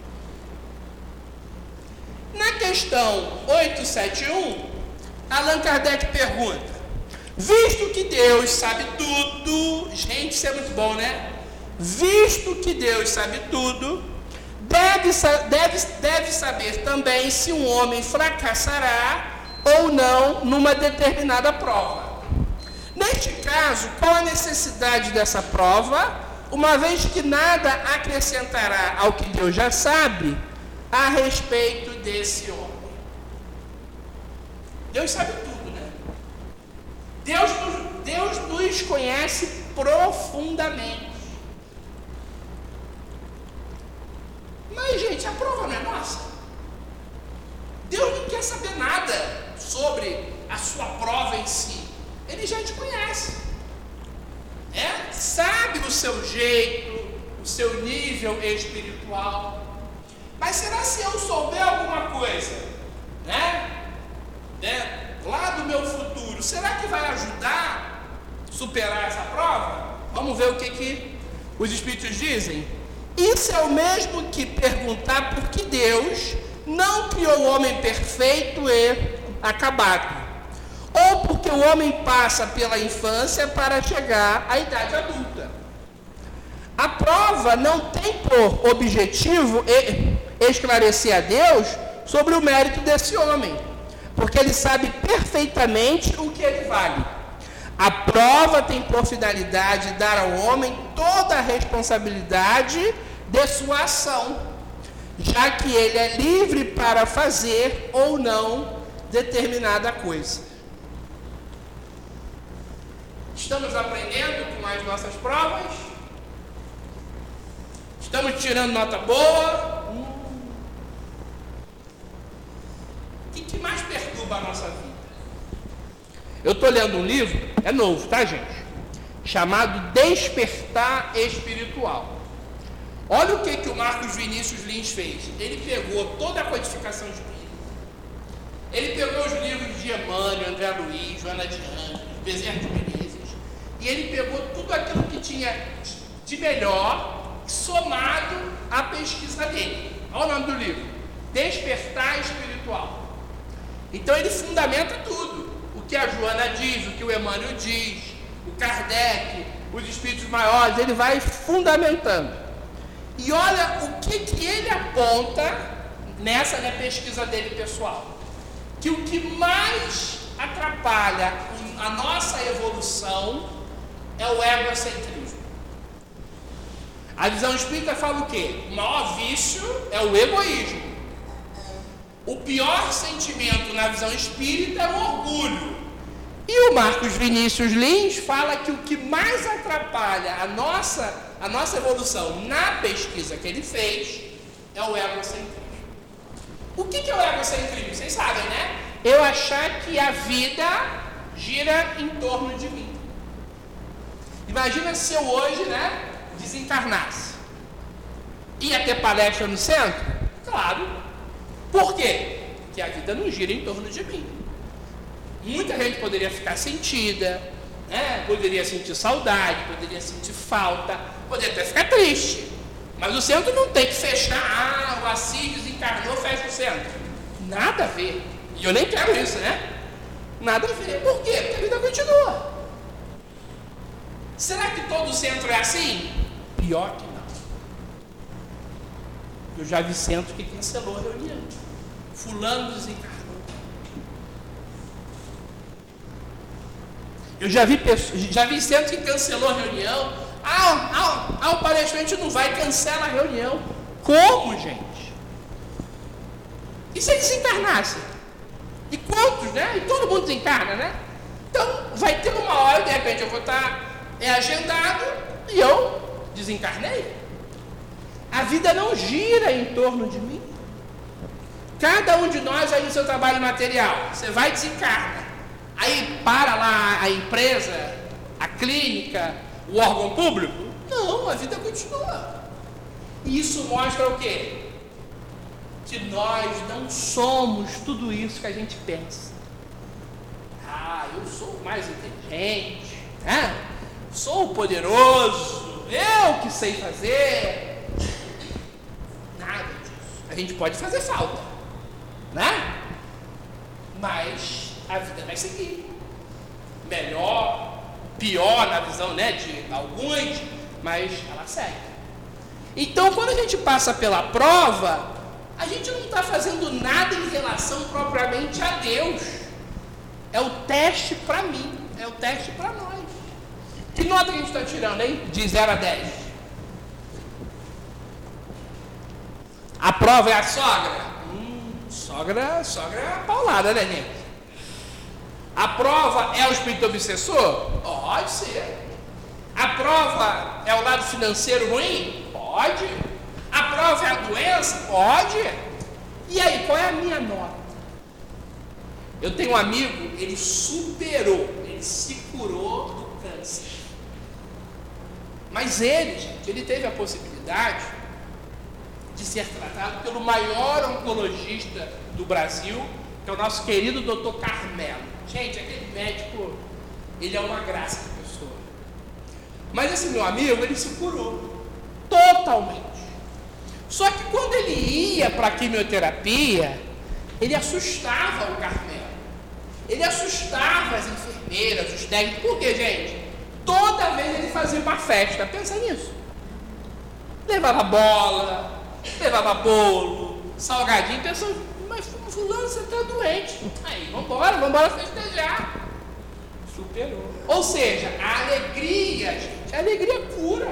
Na questão 871, Allan Kardec pergunta: visto que Deus sabe tudo, gente, isso é muito bom, né? Visto que Deus sabe tudo, deve saber também se um homem fracassará ou não numa determinada prova. Neste caso, qual a necessidade dessa prova, uma vez que nada acrescentará ao que Deus já sabe a respeito desse homem? Deus sabe tudo, né? Deus nos conhece profundamente. Mas, gente, a prova não é nossa. Deus não quer saber nada sobre a sua prova em si. Ele já te conhece. Sabe o seu jeito, o seu nível espiritual. Mas será se eu souber alguma coisa, lá do meu futuro, será que vai ajudar a superar essa prova? Vamos ver o que os Espíritos dizem. Isso é o mesmo que perguntar por que Deus não criou o homem perfeito e acabado, ou porque o homem passa pela infância para chegar à idade adulta. A prova não tem por objetivo esclarecer a Deus sobre o mérito desse homem, porque ele sabe perfeitamente o que ele vale. A prova tem por finalidade dar ao homem toda a responsabilidade de sua ação, já que ele é livre para fazer ou não determinada coisa. Estamos aprendendo com as nossas provas? Estamos tirando nota boa? O que mais perturba a nossa vida? Eu estou lendo um livro, é novo, tá, gente? Chamado Despertar Espiritual. Olha o que o Marcos Vinícius Lins fez. Ele pegou toda a codificação espírita. Ele pegou os livros de Emmanuel, André Luiz, Joana de Anjos, Bezerra de Menezes, e ele pegou tudo aquilo que tinha de melhor, somado à pesquisa dele. Olha o nome do livro: Despertar Espiritual. Então ele fundamenta tudo. O que a Joana diz, o que o Emmanuel diz, o Kardec, os espíritos maiores, ele vai fundamentando. E olha o que ele aponta nessa pesquisa dele pessoal. Que o que mais atrapalha a nossa evolução é o egocentrismo. A visão espírita fala o quê? O maior vício é o egoísmo. O pior sentimento na visão espírita é o orgulho. E o Marcos Vinícius Lins fala que o que mais atrapalha a nossa evolução na pesquisa que ele fez é o egocentrismo. O que é o egocentrismo? Vocês sabem, né? Eu achar que a vida gira em torno de mim. Imagina se eu hoje, desencarnasse. Ia ter palestra no centro? Claro. Por quê? Porque a vida não gira em torno de mim. Muita gente poderia ficar sentida, poderia sentir saudade, poderia sentir falta, poderia até ficar triste. Mas o centro não tem que fechar. O Assis desencarnou, fecha o centro. Nada a ver. E eu nem quero isso, Nada a ver. Por quê? Porque a vida continua. Será que todo centro é assim? Pior que não. Eu já vi centro que cancelou a reunião. Fulano desencarnou. Eu já vi centro que cancelou a reunião. O palestrante não vai, cancela a reunião. Como, gente? E se desencarnasse? E quantos, E todo mundo desencarna, Então, vai ter uma hora, de repente, eu vou estar agendado e eu desencarnei. A vida não gira em torno de mim. Cada um de nós aí no seu trabalho material, você vai e desencarna. Aí para lá a empresa, a clínica, o órgão público? Não, a vida continua. E isso mostra o quê? Que nós não somos tudo isso que a gente pensa. Eu sou mais inteligente, sou poderoso, eu que sei fazer. Nada disso. A gente pode fazer falta, mas a vida vai seguir. Melhor, pior na visão, de alguns, mas ela segue. Então, quando a gente passa pela prova, a gente não está fazendo nada em relação propriamente a Deus. É o teste para mim, é o teste para nós. Que nota que a gente está tirando, hein? De 0 a 10. A prova é a sogra? Sogra é a paulada, né, gente? A prova é o espírito obsessor? Pode ser. A prova é o lado financeiro ruim? Pode. A prova é a doença? Pode. E aí, qual é a minha nota? Eu tenho um amigo, ele superou, ele se curou do câncer. Mas ele teve a possibilidade de ser tratado pelo maior oncologista do Brasil, que é o nosso querido Dr. Carmelo. Gente, aquele médico, ele é uma graça de pessoa. Mas esse meu amigo, ele se curou totalmente. Só que quando ele ia para a quimioterapia, ele assustava o Carmelo. Ele assustava as enfermeiras, os técnicos. Por quê, gente? Toda vez ele fazia uma festa. Pensa nisso. Levava bola, levava bolo, salgadinho. Pensando, mas fulano, você está doente. Aí, vambora festejar. Superou. Ou seja, a alegria, gente, a alegria cura.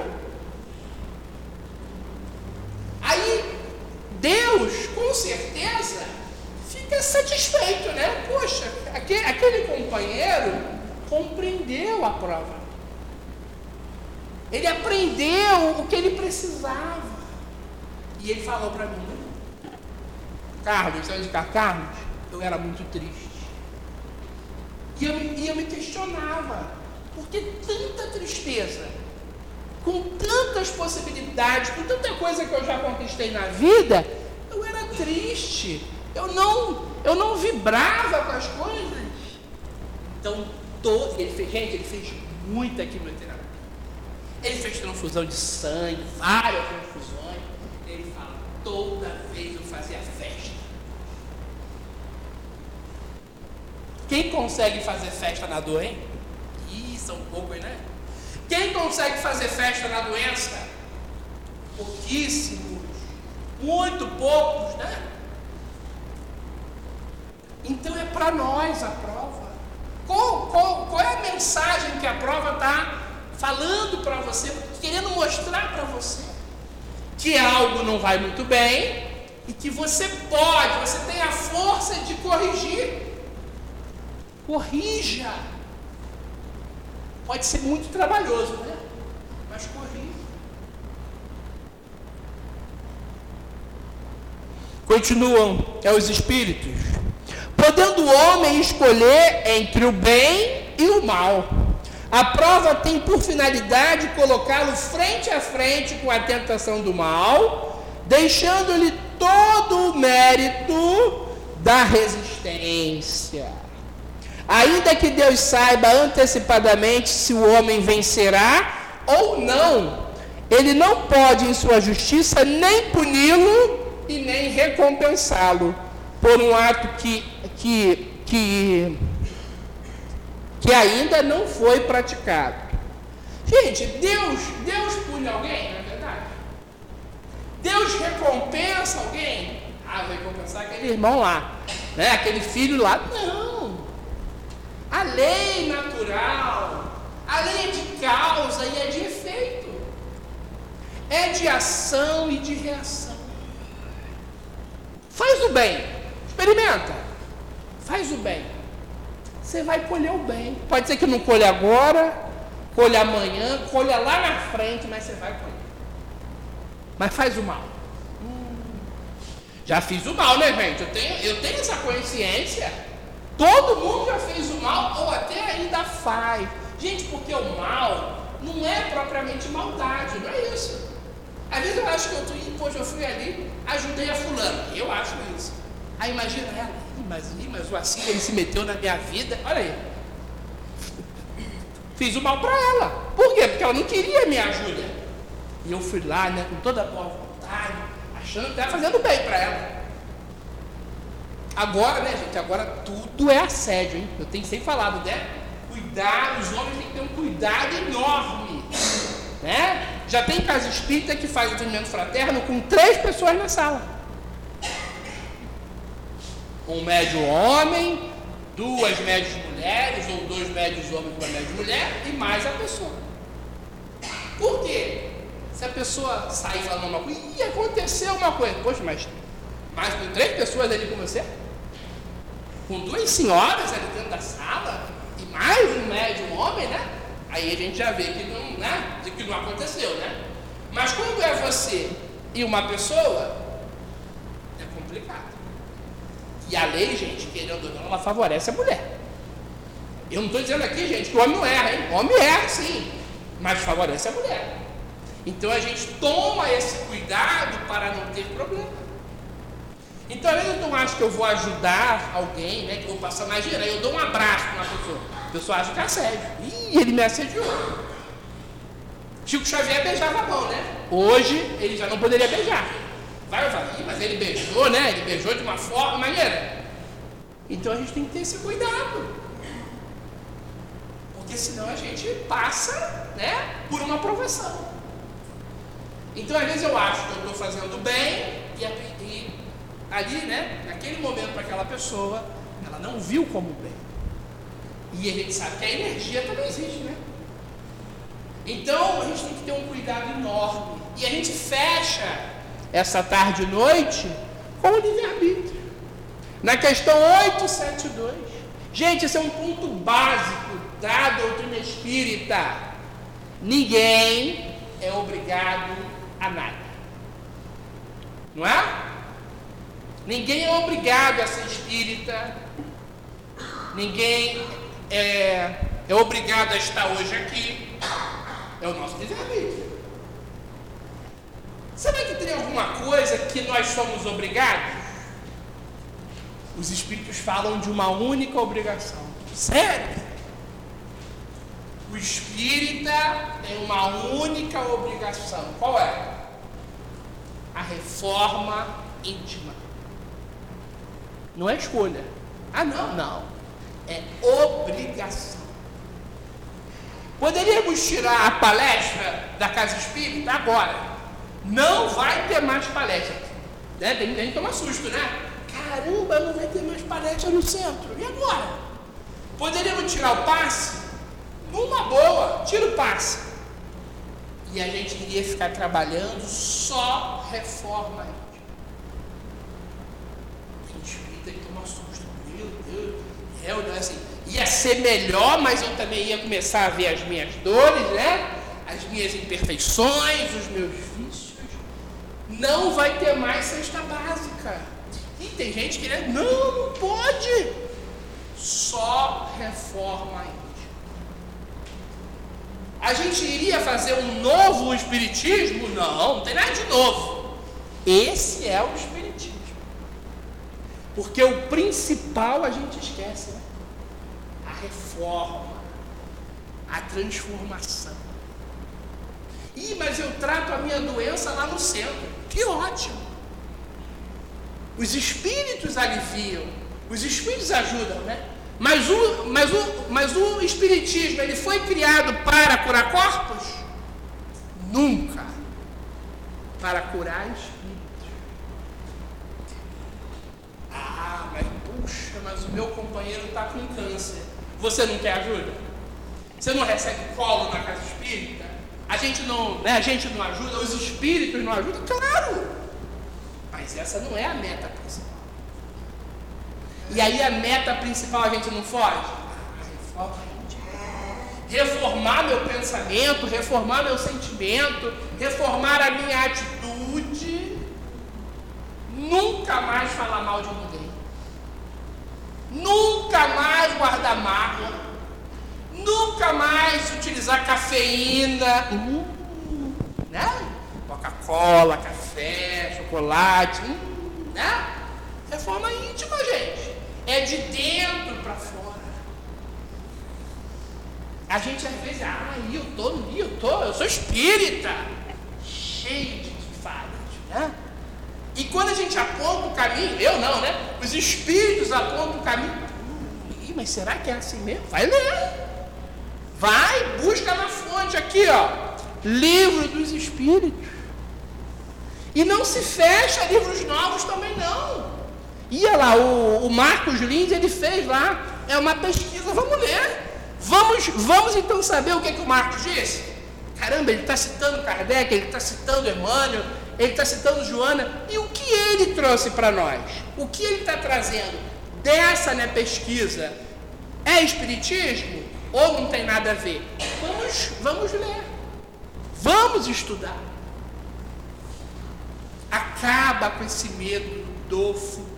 Aí, Deus, com certeza, fica satisfeito, né? Poxa, aquele companheiro compreendeu a prova. Ele aprendeu o que ele precisava. E ele falou para mim, Carlos, sabe de cá, Carlos? Eu era muito triste. E eu me questionava, por que tanta tristeza? Com tantas possibilidades, com tanta coisa que eu já conquistei na vida, eu era triste. Eu não vibrava com as coisas. Então, ele fez muita quimioterapia. Ele fez transfusão de sangue, várias transfusões. Ele fala, toda vez eu fazia festa. Quem consegue fazer festa na dor, hein? Ih, são poucos, né? Quem consegue fazer festa na doença? Pouquíssimos. Muito poucos, né? Então é para nós a prova. Qual é a mensagem que a prova está falando para você, querendo mostrar para você? Que algo não vai muito bem e que você tem a força de corrigir. Corrija. Pode ser muito trabalhoso, né? Mas corrija. Continuam os espíritos. Podendo o homem escolher entre o bem e o mal, a prova tem por finalidade colocá-lo frente a frente com a tentação do mal, deixando-lhe todo o mérito da resistência. Ainda que Deus saiba antecipadamente se o homem vencerá ou não, ele não pode, em sua justiça, nem puni-lo e nem recompensá-lo por um ato que ainda não foi praticado. Gente, Deus pune alguém, não é verdade? Deus recompensa alguém? Vou recompensar aquele irmão lá, né? Aquele filho lá. Não. A lei natural, a lei é de causa e é de efeito. É de ação e de reação. Faz o bem, experimenta. Faz o bem. Você vai colher o bem. Pode ser que não colha agora, colha amanhã, colha lá na frente, mas você vai colher. Mas faz o mal. Já fiz o mal, né, gente? Eu tenho essa consciência. Todo mundo já fez o mal, ou até ainda faz. Gente, porque o mal não é propriamente maldade, não é isso. Às vezes eu acho que eu fui ali, ajudei a fulano. Eu acho isso. Aí imagina ela, mas assim que ele se meteu na minha vida, olha aí. Fiz o mal para ela. Por quê? Porque ela não queria minha ajuda. E eu fui lá, né, com toda a boa vontade, achando que estava fazendo bem para ela. Agora, né, gente, agora tudo é assédio, hein? Eu tenho sempre falado, né? Cuidado, os homens têm que ter um cuidado enorme, né? Já tem casa espírita que faz atendimento fraterno com 3 pessoas na sala. Um médium homem, 2 médios mulheres, ou 2 médios homens com uma médium mulher, e mais a pessoa. Por quê? Se a pessoa sair falando uma coisa, aconteceu uma coisa. Poxa, mas com 3 pessoas ali com você? Com 2 senhoras ali dentro da sala? E mais um médium homem, né? Aí a gente já vê que não, né? De que não aconteceu, né? Mas quando é você e uma pessoa, é complicado. E a lei, gente, querendo ou não, ela favorece a mulher. Eu não estou dizendo aqui, gente, que o homem não erra, hein? O homem erra, sim, mas favorece a mulher. Então a gente toma esse cuidado para não ter problema. Então, às vezes eu não acho que eu vou ajudar alguém, né? Que eu vou passar mais dinheiro. Aí eu dou um abraço para uma pessoa. A pessoa acha que é assédio. Ih, ele me assediou. Chico Xavier beijava a mão, né? Hoje ele já não poderia beijar. Vai, mas ele beijou, né? Ele beijou de uma forma maneira. Então a gente tem que ter esse cuidado. Porque senão a gente passa, né? Por uma provação. Então, às vezes eu acho que eu estou fazendo bem e ali, né? Naquele momento para aquela pessoa, ela não viu como bem. E a gente sabe que a energia também existe, né? Então, a gente tem que ter um cuidado enorme. E a gente fecha essa tarde e noite com o livre-arbítrio. Na questão 872. Gente, esse é um ponto básico da doutrina espírita. Ninguém é obrigado a nada. Não é? Ninguém é obrigado a ser espírita. Ninguém é obrigado a estar hoje aqui. É o nosso livre-arbítrio. Será que tem alguma coisa que nós somos obrigados? Os espíritos falam de uma única obrigação. Sério? O espírita tem uma única obrigação. Qual é? A reforma íntima. Não é escolha. Ah, não. É obrigação. Poderíamos tirar a palestra da casa espírita agora. Não vai ter mais palestra. Né? Tem gente que toma susto, né? Caramba, não vai ter mais palestra no centro. E agora? Poderíamos tirar o passe? Numa boa, tira o passe. E a gente iria ficar trabalhando só reforma íntima. Tem espírita que toma susto. Meu Deus. Assim, ia ser melhor, mas eu também ia começar a ver as minhas dores, né? As minhas imperfeições, os meus vícios. Não vai ter mais cesta básica. E tem gente que não pode. Só reforma íntima. A gente iria fazer um novo espiritismo? Não tem nada de novo. Esse é o espiritismo. Porque o principal a gente esquece, né? A reforma, a transformação. Mas eu trato a minha doença lá no centro. Que ótimo! Os espíritos aliviam, os espíritos ajudam, né? Mas o espiritismo, ele foi criado para curar corpos? Nunca. Para curar espíritos. Mas o meu companheiro está com câncer. Você não quer ajuda? Você não recebe colo na casa espírita? A gente não ajuda, os espíritos não ajudam? Claro! Mas essa não é a meta principal. E aí a meta principal a gente não foge? Reformar meu pensamento, reformar meu sentimento, reformar a minha atitude. Nunca mais falar mal de ninguém. Nunca mais guardar mágoa. Nunca mais utilizar cafeína. Né? Coca-Cola, café, chocolate. Né? Reforma íntima, gente. É de dentro para fora. A gente às vezes, eu sou espírita. Cheio de falhas, né? E quando a gente aponta o caminho, eu não, né? Os espíritos apontam o caminho. Mas será que é assim mesmo? Vai ler. Vai, busca na fonte aqui, ó. livro dos Espíritos. E não se fecha livros novos também não. Ia lá, o Marcos Lins, ele fez lá, é uma pesquisa, vamos ler. Vamos então saber o que o Marcos disse. Caramba, ele está citando Kardec, ele está citando Emmanuel, ele está citando Joana. E o que ele trouxe para nós? O que ele está trazendo dessa pesquisa? É espiritismo ou não tem nada a ver? Vamos ler. Vamos estudar. Acaba com esse medo do futuro.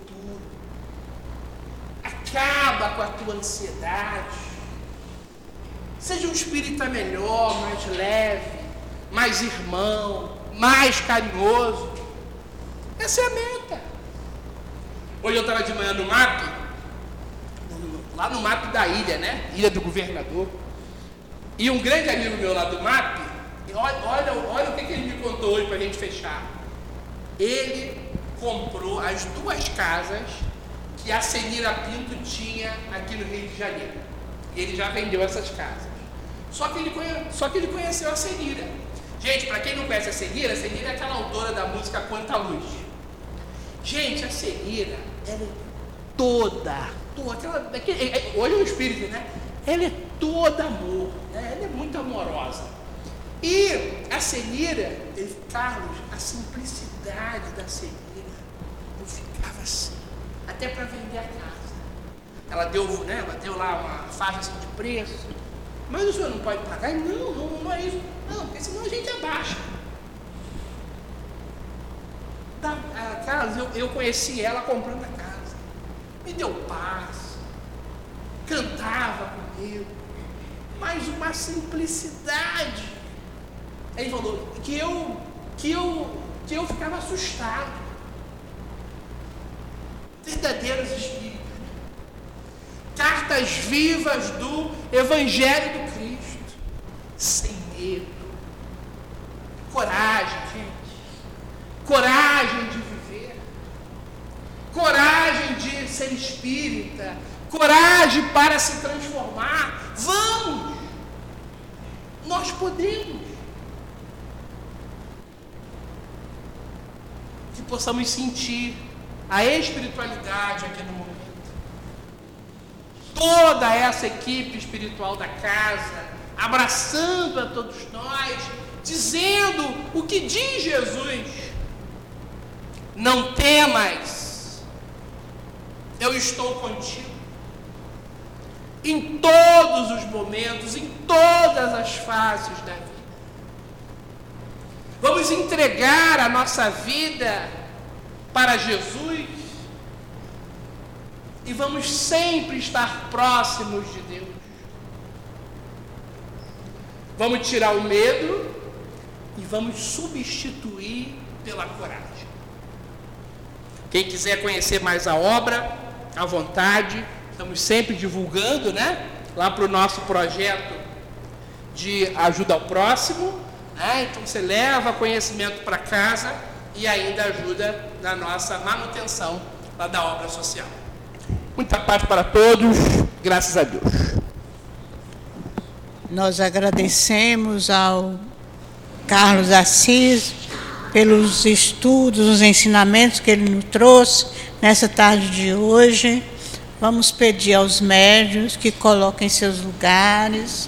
Acaba com a tua ansiedade. Seja um espírita melhor, mais leve, mais irmão, mais carinhoso. Essa é a meta. Hoje eu estava de manhã no MAP, lá no MAP da ilha, né? Ilha do Governador. E um grande amigo meu lá do MAP, olha o que ele me contou hoje para a gente fechar. Ele comprou as 2 casas que a Senira Pinto tinha aqui no Rio de Janeiro. Ele já vendeu essas casas. Só que ele conheceu a Senira. Gente, para quem não conhece a Senira é aquela autora da música Quanta Luz. Gente, a Senira, ela é toda hoje é um espírito, né? Ela é toda amor, né? Ela é muito amorosa. E a Senira, Carlos, a simplicidade da Senira, eu ficava assim, até para vender a casa. Ela deu lá uma faixa assim de preço, mas o senhor não pode pagar? Não é isso. Não, porque senão a gente abaixa. Carlos, eu conheci ela comprando a casa. Me deu paz, cantava comigo, mas uma simplicidade. Ele falou que eu ficava assustado. Verdadeiros espíritos. Cartas vivas do Evangelho do Cristo. Sem medo. Coragem, gente. Coragem de viver. Coragem de ser espírita. Coragem para se transformar. Vamos! Nós podemos. Que possamos sentir a espiritualidade aqui no momento. Toda essa equipe espiritual da casa, abraçando a todos nós, dizendo o que diz Jesus: não temas, eu estou contigo. Em todos os momentos, em todas as fases da vida. Vamos entregar a nossa vida para Jesus e vamos sempre estar próximos de Deus. Vamos tirar o medo e vamos substituir pela coragem. Quem quiser conhecer mais a obra, à vontade, estamos sempre divulgando, né? Lá para o nosso projeto de ajuda ao próximo. Então você leva conhecimento para casa e ainda ajuda na nossa manutenção lá da obra social. Muita paz para todos, graças a Deus. Nós agradecemos ao Carlos Assis pelos estudos, os ensinamentos que ele nos trouxe nessa tarde de hoje. Vamos pedir aos médiuns que coloquem seus lugares.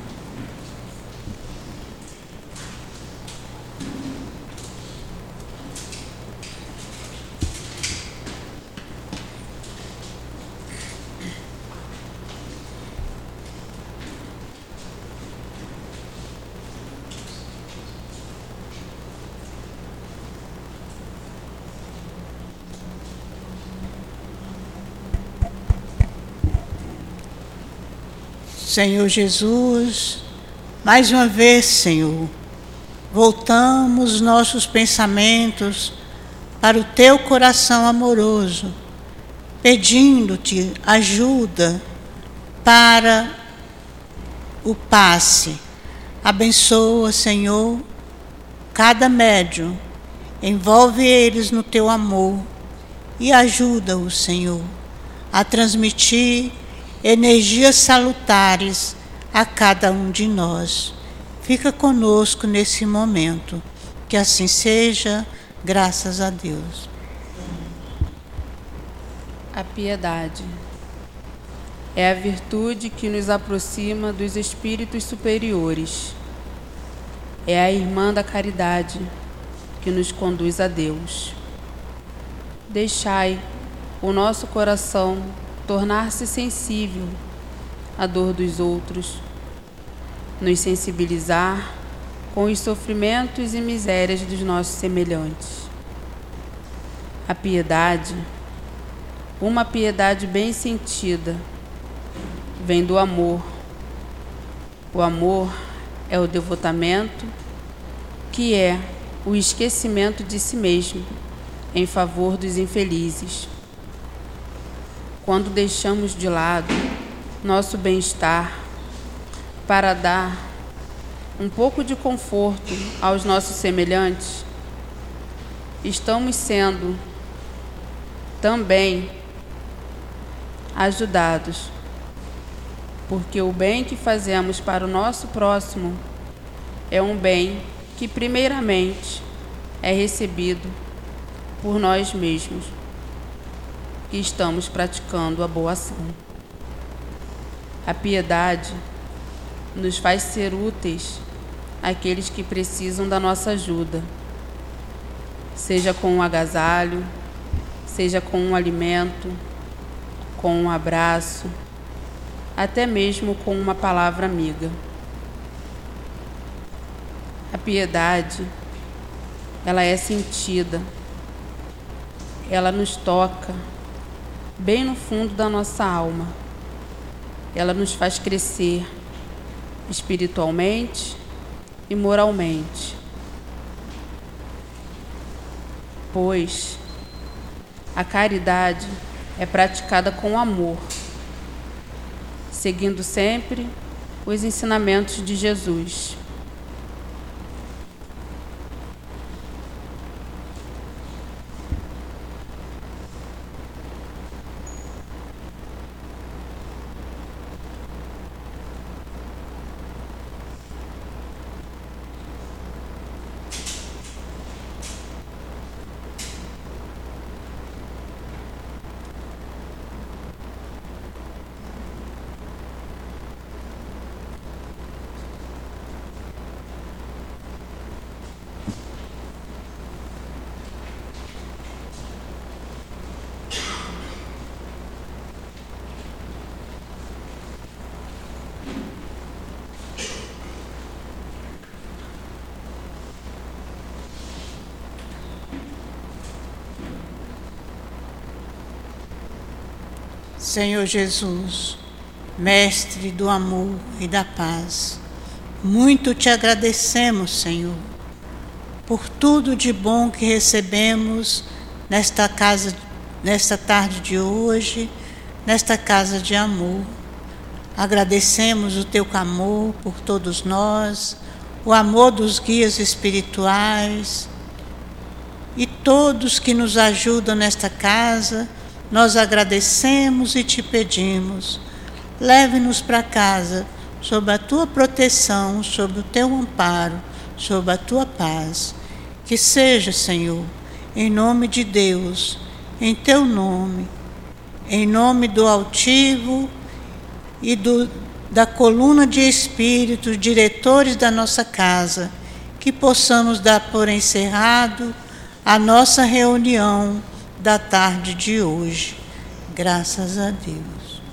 Senhor Jesus, mais uma vez, Senhor, voltamos nossos pensamentos para o Teu coração amoroso, pedindo-te ajuda para o passe. Abençoa, Senhor, cada médium, envolve eles no Teu amor e ajuda-os, Senhor, a transmitir energias salutares a cada um de nós. fica conosco nesse momento. Que assim seja, graças a Deus. A piedade é a virtude que nos aproxima dos espíritos superiores. É a irmã da caridade que nos conduz a Deus. Deixai o nosso coração tornar-se sensível à dor dos outros, nos sensibilizar com os sofrimentos e misérias dos nossos semelhantes. A piedade, uma piedade bem sentida, vem do amor. O amor é o devotamento, que é o esquecimento de si mesmo em favor dos infelizes. Quando deixamos de lado nosso bem-estar para dar um pouco de conforto aos nossos semelhantes, estamos sendo também ajudados, porque o bem que fazemos para o nosso próximo é um bem que primeiramente é recebido por nós mesmos, que estamos praticando a boa ação. A piedade nos faz ser úteis àqueles que precisam da nossa ajuda, seja com um agasalho, seja com um alimento, com um abraço, até mesmo com uma palavra amiga. A piedade, ela é sentida, ela nos toca bem no fundo da nossa alma. Ela nos faz crescer espiritualmente e moralmente, pois a caridade é praticada com amor, seguindo sempre os ensinamentos de Jesus. Senhor Jesus, Mestre do amor e da paz, muito te agradecemos, Senhor, por tudo de bom que recebemos nesta casa, nesta tarde de hoje, nesta casa de amor. Agradecemos o teu amor por todos nós, o amor dos guias espirituais e todos que nos ajudam nesta casa. Nós agradecemos e te pedimos, leve-nos para casa, sob a tua proteção, sob o teu amparo, sob a tua paz. Que seja, Senhor, em nome de Deus, em teu nome, em nome do altivo e da coluna de espíritos, diretores da nossa casa, que possamos dar por encerrado a nossa reunião da tarde de hoje. Graças a Deus.